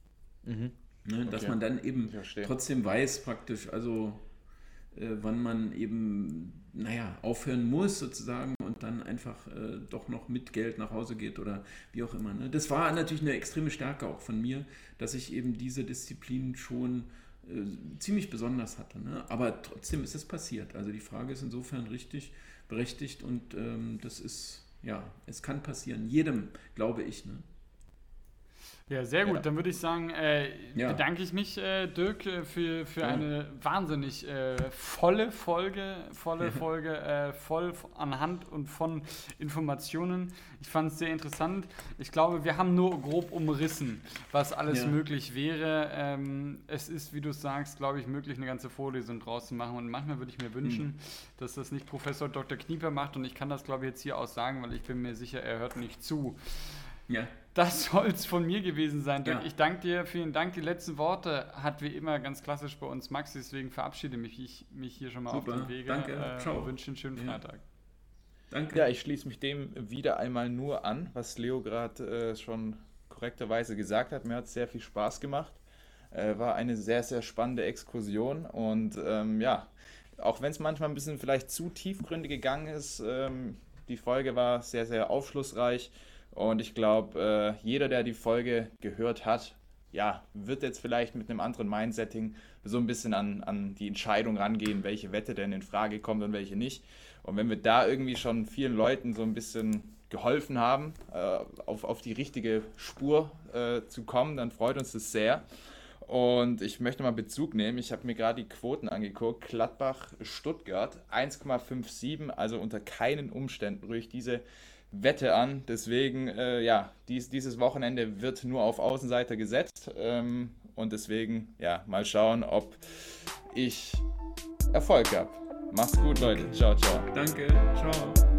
dass Okay. man dann eben Ich verstehe. trotzdem weiß praktisch, also wann man eben, naja, aufhören muss sozusagen und dann einfach doch noch mit Geld nach Hause geht oder wie auch immer. Ne? Das war natürlich eine extreme Stärke auch von mir, dass ich eben diese Disziplin schon ziemlich besonders hatte. Ne? Aber trotzdem ist es passiert. Also die Frage ist insofern richtig berechtigt und das ist, ja, es kann passieren. Jedem, glaube ich. Ne? Ja, sehr gut. Ja. Dann würde ich sagen, Ja. bedanke ich mich, Dirk, für Ja. eine wahnsinnig volle Folge, voll anhand und von Informationen. Ich fand es sehr interessant. Ich glaube, wir haben nur grob umrissen, was alles Ja. möglich wäre. Es ist, wie du sagst, glaube ich, möglich, eine ganze Vorlesung draus zu machen. Und manchmal würde ich mir wünschen, dass das nicht Professor Dr. Knieper macht. Und ich kann das, glaube ich, jetzt hier auch sagen, weil ich bin mir sicher, er hört nicht zu. Ja. Das soll es von mir gewesen sein, Dirk. Ja. Ich danke dir, vielen Dank. Die letzten Worte hat wie immer ganz klassisch bei uns Max, deswegen verabschiede mich hier schon mal Super. auf den Wege. Danke. Ciao. Und wünsche einen schönen Ja. Freitag. Danke. Ja, ich schließe mich dem wieder einmal nur an, was Leo gerade schon korrekterweise gesagt hat. Mir hat es sehr viel Spaß gemacht. War eine sehr, sehr spannende Exkursion und ja, auch wenn es manchmal ein bisschen vielleicht zu tiefgründig gegangen ist, die Folge war sehr, sehr aufschlussreich und ich glaube, jeder, der die Folge gehört hat, ja, wird jetzt vielleicht mit einem anderen Mindsetting so ein bisschen an die Entscheidung rangehen, welche Wette denn in Frage kommt und welche nicht. Und wenn wir da irgendwie schon vielen Leuten so ein bisschen geholfen haben, auf die richtige Spur zu kommen, dann freut uns das sehr. Und ich möchte mal Bezug nehmen. Ich habe mir gerade die Quoten angeguckt. Gladbach-Stuttgart 1,57, also unter keinen Umständen rühre ich diese Wette an. Deswegen, ja, dieses Wochenende wird nur auf Außenseiter gesetzt. Und deswegen, ja, mal schauen, ob ich Erfolg habe. Macht's gut, Leute. Ciao, ciao. Danke, ciao.